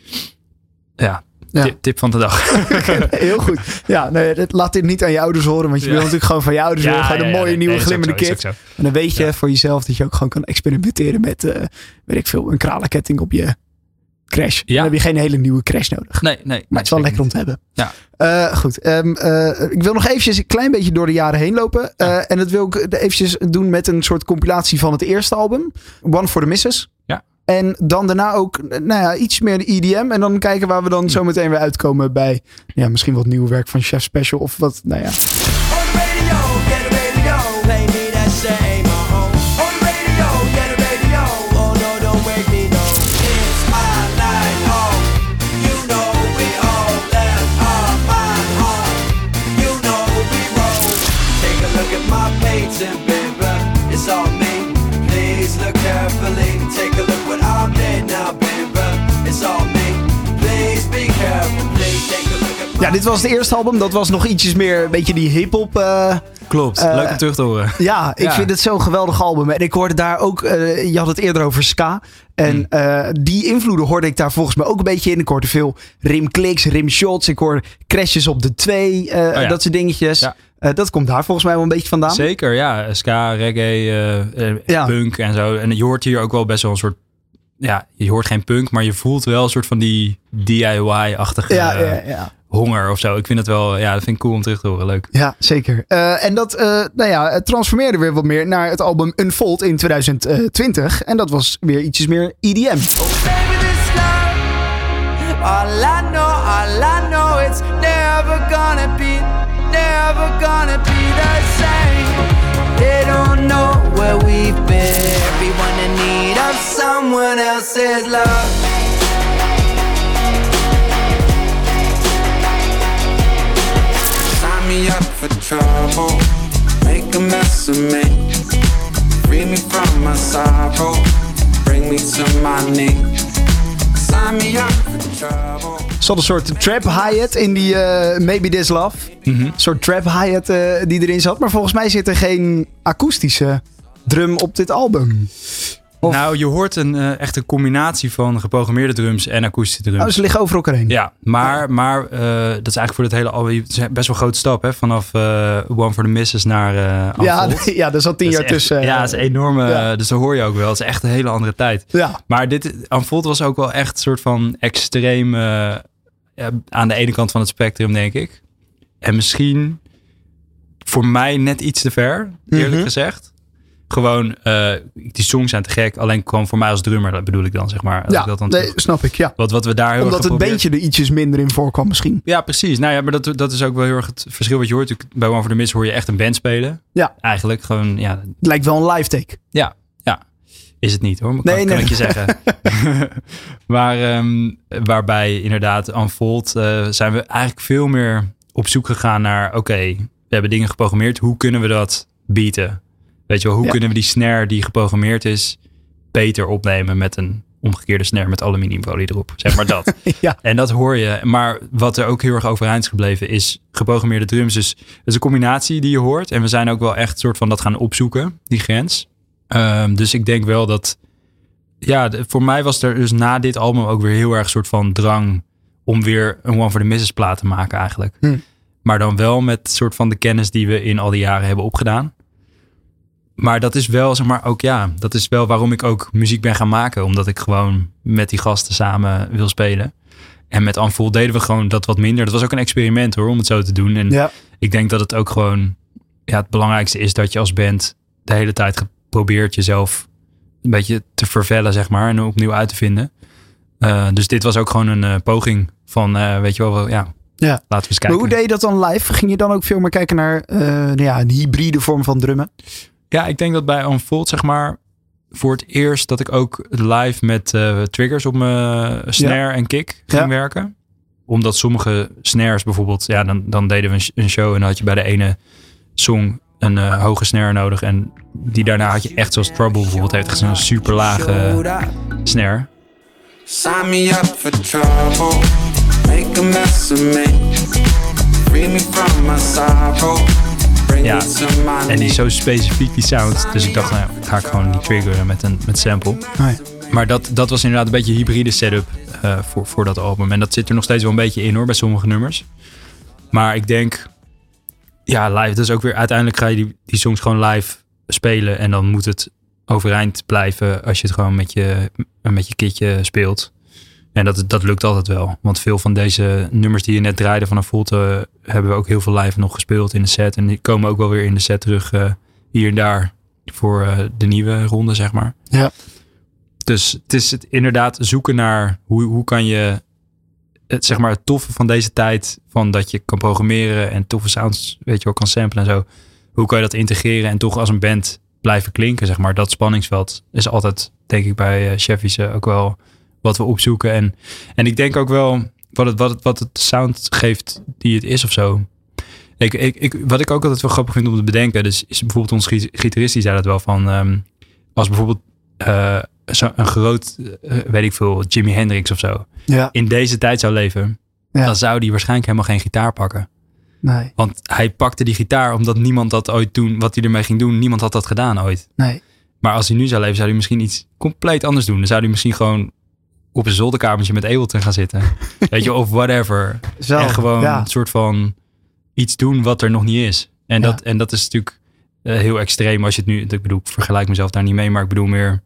ja. Ja. Tip, tip van de dag. Heel goed. Ja, nee, laat dit niet aan je ouders horen. Want je ja. wil natuurlijk gewoon van je ouders ja, horen. Gewoon ja, een mooie ja, nieuwe nee, glimmende kit. En dan weet je ja. voor jezelf dat je ook gewoon kan experimenteren met, uh, weet ik veel, een kralenketting op je crash. Ja. Dan heb je geen hele nieuwe crash nodig. Nee, nee. Maar het is wel lekker om te hebben. Ja. Uh, goed. Um, uh, ik wil nog eventjes een klein beetje door de jaren heen lopen. Uh, ja. En dat wil ik eventjes doen met een soort compilatie van het eerste album. One for the Misses. Ja. En dan daarna ook nou ja, iets meer de E D M. En dan kijken waar we dan zo meteen weer uitkomen bij ja, misschien wat nieuw werk van Chef Special. Of wat, nou ja. Ja, dit was het eerste album. Dat was nog ietsjes meer, een beetje die hip-hop. Uh, Klopt, uh, leuk om terug te horen. Ja, ik ja. vind het zo'n geweldig album. En ik hoorde daar ook, uh, je had het eerder over ska. En mm. uh, die invloeden hoorde ik daar volgens mij ook een beetje in. Ik hoorde veel rimklicks, rimshots. Ik hoorde crashes op de twee, uh, oh ja. dat soort dingetjes. Ja. Uh, dat komt daar volgens mij wel een beetje vandaan. Zeker, ja. Ska, reggae, uh, ja. punk en zo. En je hoort hier ook wel best wel een soort... Ja, je hoort geen punk, maar je voelt wel een soort van die D I Y-achtige ja, ja, ja. honger of zo. Ik vind het wel, ja, dat vind ik cool om terug te horen. Leuk. Ja, zeker. Uh, en dat, uh, nou ja, het transformeerde weer wat meer naar het album Unfold in twintig twintig. En dat was weer ietsjes meer E D M. All I know, all I know, it's never gonna be, never gonna be the same. They don't know where we've been. Everyone in need of someone else's love. Sign me up for trouble. Make a mess of me. Free me from my sorrow. Bring me to my knees. Sign me up for trouble. Er zat een soort trap hi-hat in die uh, Maybe This Love. Mm-hmm. Een soort trap hi-hat uh, die erin zat. Maar volgens mij zit er geen akoestische drum op dit album. Of... Nou, je hoort een uh, echt een combinatie van geprogrammeerde drums en akoestische drums. Oh, ze liggen over elkaar heen. Ja, maar, ja. maar uh, dat is eigenlijk voor het hele album best wel een grote stap. Hè? Vanaf uh, One for the Misses naar uh, ja, ja, daar zat tien jaar echt, tussen. Ja, dat is enorme. Ja. Dus dat hoor je ook wel. Het is echt een hele andere tijd. Ja. Maar dit Unfold was ook wel echt een soort van extreem... Uh, Ja, aan de ene kant van het spectrum, denk ik. En misschien voor mij net iets te ver, eerlijk mm-hmm. gezegd. Gewoon, uh, die songs zijn te gek. Alleen gewoon voor mij als drummer, dat bedoel ik dan, zeg maar. Ja, dat dan nee, snap ik, ja. Wat, wat we daar heel Omdat erg het beentje er ietsjes minder in voorkwam misschien. Ja, precies. Nou ja, maar dat, dat is ook wel heel erg het verschil wat je hoort. Bij One for the Miss hoor je echt een band spelen. Ja. Eigenlijk gewoon, ja. Het lijkt wel een live take. Ja, ja. is het niet hoor, kan, Nee, kan nee. ik je zeggen. maar um, waarbij inderdaad Unfold uh, zijn we eigenlijk veel meer op zoek gegaan naar... oké, okay, we hebben dingen geprogrammeerd. Hoe kunnen we dat beaten? Weet je wel, hoe ja. kunnen we die snare die geprogrammeerd is... beter opnemen met een omgekeerde snare met aluminiumfolie erop. Zeg maar dat. ja. En dat hoor je. Maar wat er ook heel erg overeind is gebleven is geprogrammeerde drums. Dus het is een combinatie die je hoort. En we zijn ook wel echt soort van dat gaan opzoeken, die grens. Um, dus ik denk wel dat... Ja, de, voor mij was er dus na dit album ook weer heel erg soort van drang... om weer een One for the Misses plaat te maken eigenlijk. Hm. Maar dan wel met soort van de kennis die we in al die jaren hebben opgedaan. Maar dat is wel, zeg maar, ook ja, dat is wel waarom ik ook muziek ben gaan maken. Omdat ik gewoon met die gasten samen wil spelen. En met Unfold deden we gewoon dat wat minder. Dat was ook een experiment hoor, om het zo te doen. En ja. ik denk dat het ook gewoon, ja, het belangrijkste is dat je als band de hele tijd probeert jezelf een beetje te vervellen, zeg maar. En opnieuw uit te vinden. Uh, dus dit was ook gewoon een uh, poging van, uh, weet je wel, ja, ja. laten we eens kijken. Maar hoe deed je dat dan live? Ging je dan ook veel meer kijken naar uh, nou ja, een hybride vorm van drummen? Ja, ik denk dat bij Unfold, zeg maar, voor het eerst dat ik ook live met uh, triggers op mijn snare ja. en kick ging ja. werken. Omdat sommige snares bijvoorbeeld, ja, dan, dan deden we een show en dan had je bij de ene song een uh, hoge snare nodig. En die daarna had je echt zoals Trouble bijvoorbeeld heeft zo'n super lage snare. Sign me up for trouble, make a mess of me, free me from my sorrow. Ja, en die is zo specifiek, die sound. Dus ik dacht, nou ga ik gewoon die triggeren met een met sample. Oh ja. Maar dat, dat was inderdaad een beetje een hybride setup uh, voor, voor dat album. En dat zit er nog steeds wel een beetje in hoor, bij sommige nummers. Maar ik denk, ja, live. Dus ook weer, uiteindelijk ga je die, die songs gewoon live spelen. En dan moet het overeind blijven als je het gewoon met je, met je kitje speelt. En dat, dat lukt altijd wel. Want veel van deze nummers die je net draaide van een Volte... hebben we ook heel veel live nog gespeeld in de set. En die komen ook wel weer in de set terug uh, hier en daar... voor uh, de nieuwe ronde, zeg maar. Ja. Dus het is het inderdaad zoeken naar... hoe, hoe kan je het, zeg maar, het toffe van deze tijd... van dat je kan programmeren en toffe sounds... weet je wel, kan samplen en zo. Hoe kan je dat integreren en toch als een band blijven klinken, zeg maar. Dat spanningsveld is altijd, denk ik, bij uh, Cheffies uh, ook wel... wat we opzoeken. En, en ik denk ook wel wat het, wat, het, wat het sound geeft die het is of zo. Ik, ik, ik, wat ik ook altijd wel grappig vind om te bedenken. Dus is bijvoorbeeld onze gitarist die zei dat wel van. Um, als bijvoorbeeld uh, zo een groot, uh, weet ik veel, Jimi Hendrix of zo. Ja. In deze tijd zou leven. Ja. Dan zou die waarschijnlijk helemaal geen gitaar pakken. Nee. Want hij pakte die gitaar omdat niemand dat ooit doen. Wat hij ermee ging doen. Niemand had dat gedaan ooit. Nee. Maar als hij nu zou leven zou hij misschien iets compleet anders doen. Dan zou hij misschien gewoon... op een zolderkamertje met Ableton gaan zitten. Weet je, of whatever. Zo, en gewoon ja. een soort van iets doen wat er nog niet is. En, ja. dat, en dat is natuurlijk uh, heel extreem als je het nu... Ik bedoel, ik vergelijk mezelf daar niet mee, maar ik bedoel meer...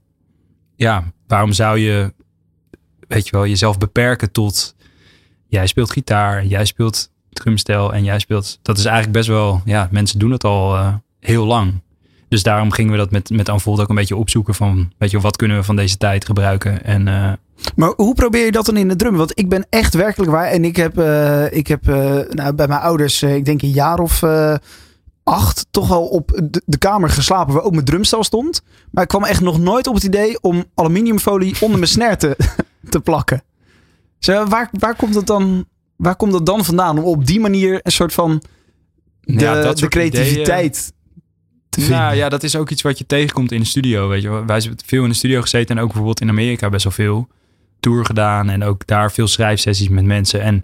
Ja, waarom zou je, weet je wel, jezelf beperken tot... Jij speelt gitaar, jij speelt drumstel en jij speelt... Dat is eigenlijk best wel... Ja, mensen doen het al uh, heel lang. Dus daarom gingen we dat met, met Unfold ook een beetje opzoeken van... Weet je, wat kunnen we van deze tijd gebruiken? En, uh, maar hoe probeer je dat dan in de drum? Want ik ben echt werkelijk waar. En ik heb, uh, ik heb uh, nou, bij mijn ouders, uh, ik denk een jaar of uh, acht... toch wel op de, de kamer geslapen waar ook mijn drumstel stond. Maar ik kwam echt nog nooit op het idee om aluminiumfolie onder mijn snare te, te plakken. Dus, waar, waar, komt het dan, waar komt dat dan vandaan? Om op die manier een soort van de, ja, dat de creativiteit... Ideeën. te vinden. Nou ja, dat is ook iets wat je tegenkomt in de studio. Weet je. Wij hebben veel in de studio gezeten en ook bijvoorbeeld in Amerika best wel veel tour gedaan. En ook daar veel schrijfsessies met mensen. En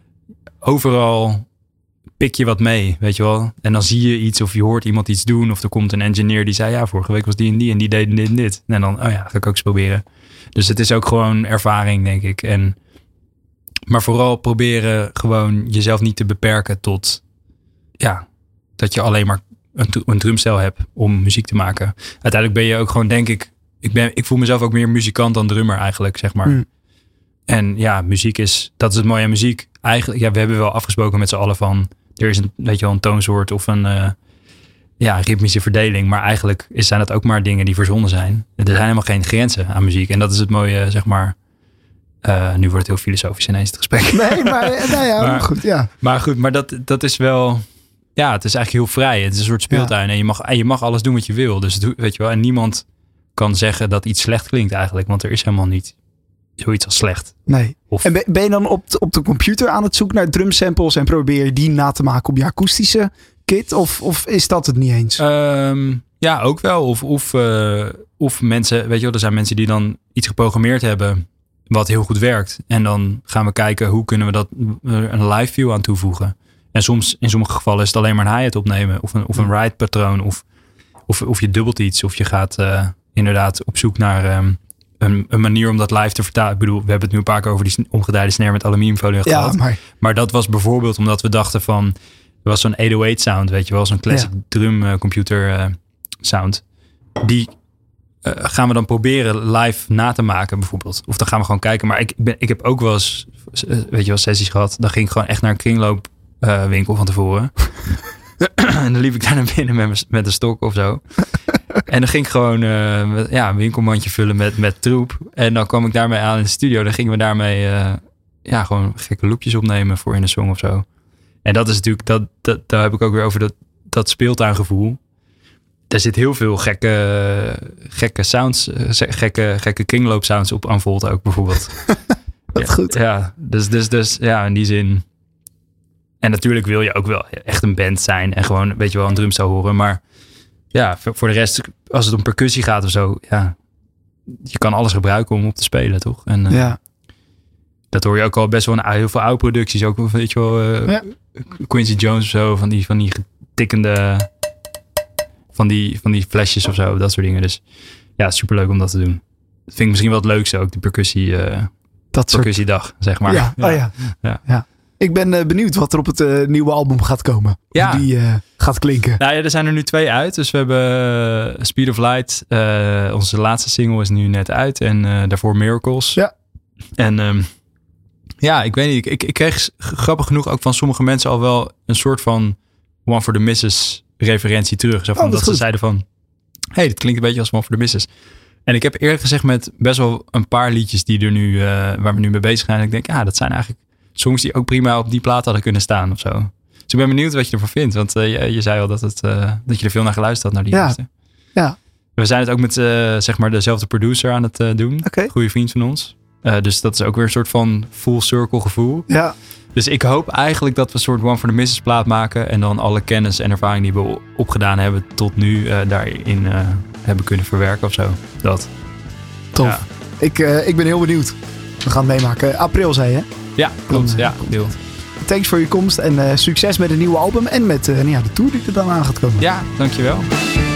overal pik je wat mee, weet je wel. En dan zie je iets of je hoort iemand iets doen. Of er komt een engineer die zei, ja, vorige week was die en die en die deden dit en dit. En dan, oh ja, ga ik ook eens proberen. Dus het is ook gewoon ervaring, denk ik. En, maar vooral proberen gewoon jezelf niet te beperken tot, ja, dat je alleen maar een, een drumstel hebt om muziek te maken. Uiteindelijk ben je ook gewoon, denk ik, ik, ben, ik voel mezelf ook meer muzikant dan drummer eigenlijk, zeg maar. Mm. En ja, muziek is, dat is het mooie aan muziek. Eigenlijk, ja, we hebben wel afgesproken met z'n allen van, er is een, weet je wel, een toonsoort of een, uh, ja, ritmische verdeling. Maar eigenlijk is, zijn dat ook maar dingen die verzonnen zijn. Er zijn helemaal geen grenzen aan muziek. En dat is het mooie, zeg maar. Uh, nu wordt het heel filosofisch ineens het gesprek. Nee, maar, nou ja, maar goed, ja. Maar goed, maar dat, dat is wel... Ja, het is eigenlijk heel vrij. Het is een soort speeltuin. Ja. En, je mag, en je mag alles doen wat je wil. Dus weet je wel, en niemand kan zeggen dat iets slecht klinkt eigenlijk. Want er is helemaal niet zoiets als slecht. Nee. Of, En ben, ben je dan op de, op de computer aan het zoeken naar drumsamples en probeer je die na te maken op je akoestische kit? Of, of is dat het niet eens? Um, ja, ook wel. Of, of, uh, of mensen, weet je wel, er zijn mensen die dan iets geprogrammeerd hebben wat heel goed werkt. En dan gaan we kijken hoe kunnen we dat een live view aan toevoegen. En soms, in sommige gevallen is het alleen maar een hi-hat opnemen. Of een, of een ride patroon. Of, of, of je dubbelt iets. Of je gaat uh, inderdaad op zoek naar um, een, een manier om dat live te vertalen. Ik bedoel, we hebben het nu een paar keer over die omgedraaide snare met aluminiumfolie gehad. Ja, maar... maar dat was bijvoorbeeld omdat we dachten van... Er was zo'n acht oh eight sound, weet je wel. Zo'n classic ja. drum uh, computer uh, sound. Die uh, gaan we dan proberen live na te maken bijvoorbeeld. Of dan gaan we gewoon kijken. Maar ik, ben, ik heb ook wel eens, weet je wel, sessies gehad. Dan ging ik gewoon echt naar een kringloopwinkel uh, van tevoren. En dan liep ik daar naar binnen met, met een stok of zo. En dan ging ik gewoon uh, met, ja, een winkelmandje vullen met, met troep. En dan kwam ik daarmee aan in de studio. Dan gingen we daarmee uh, ja, gewoon gekke loopjes opnemen voor in de song of zo. En dat is natuurlijk, dat, dat, daar heb ik ook weer over dat, dat speeltuingevoel. Er zit heel veel gekke, gekke sounds, gekke, gekke kringloopsounds op aan Volt ook bijvoorbeeld. Dat ja, goed. Ja, dus, dus, dus ja, in die zin. En natuurlijk wil je ook wel echt een band zijn en gewoon, weet je wel, een drumstel horen. Maar ja, voor de rest, als het om percussie gaat of zo, ja, je kan alles gebruiken om op te spelen, toch? En uh, ja. dat hoor je ook al best wel in heel veel oude producties. Ook, weet je wel, uh, ja. Quincy Jones of zo, van die, van die getikkende, van die, van die flesjes of zo, dat soort dingen. Dus ja, superleuk om dat te doen. Dat vind ik misschien wel het leukste ook, die percussie, uh, dat percussiedag, soort... zeg maar. Ja, ja. Oh, ja. Ja. ja. Ik ben uh, benieuwd wat er op het uh, nieuwe album gaat komen. Ja. Hoe die uh, gaat klinken. Nou ja, er zijn er nu twee uit. Dus we hebben uh, Speed of Light. Uh, onze laatste single is nu net uit. En uh, daarvoor Miracles. Ja. En um, ja, ik weet niet. Ik, ik kreeg grappig genoeg ook van sommige mensen al wel een soort van One for the Misses referentie terug. Zo van oh, dat, dat ze zeiden van, hey, dit klinkt een beetje als One for the Misses. En ik heb eerlijk gezegd met best wel een paar liedjes die er nu, uh, waar we nu mee bezig zijn. En ik denk, ja, ah, dat zijn eigenlijk songs die ook prima op die plaat hadden kunnen staan of zo. Dus ik ben benieuwd wat je ervan vindt. Want uh, je, je zei al dat, het, uh, dat je er veel naar geluisterd had, naar die ja. eerste. Ja. We zijn het ook met uh, zeg maar dezelfde producer aan het uh, doen. Okay. Goede vriend van ons. Uh, dus dat is ook weer een soort van full circle gevoel. Ja. Dus ik hoop eigenlijk dat we een soort One for the Misses plaat maken. En dan alle kennis en ervaring die we opgedaan hebben tot nu uh, daarin uh, hebben kunnen verwerken of zo. Dat. Tof. Ja. Ik, uh, ik ben heel benieuwd. We gaan het meemaken. April zei je? Ja, klopt. Ja, deel. Thanks voor je komst en uh, succes met het nieuwe album en met uh, ja, de tour die er dan aan gaat komen. Ja, dankjewel.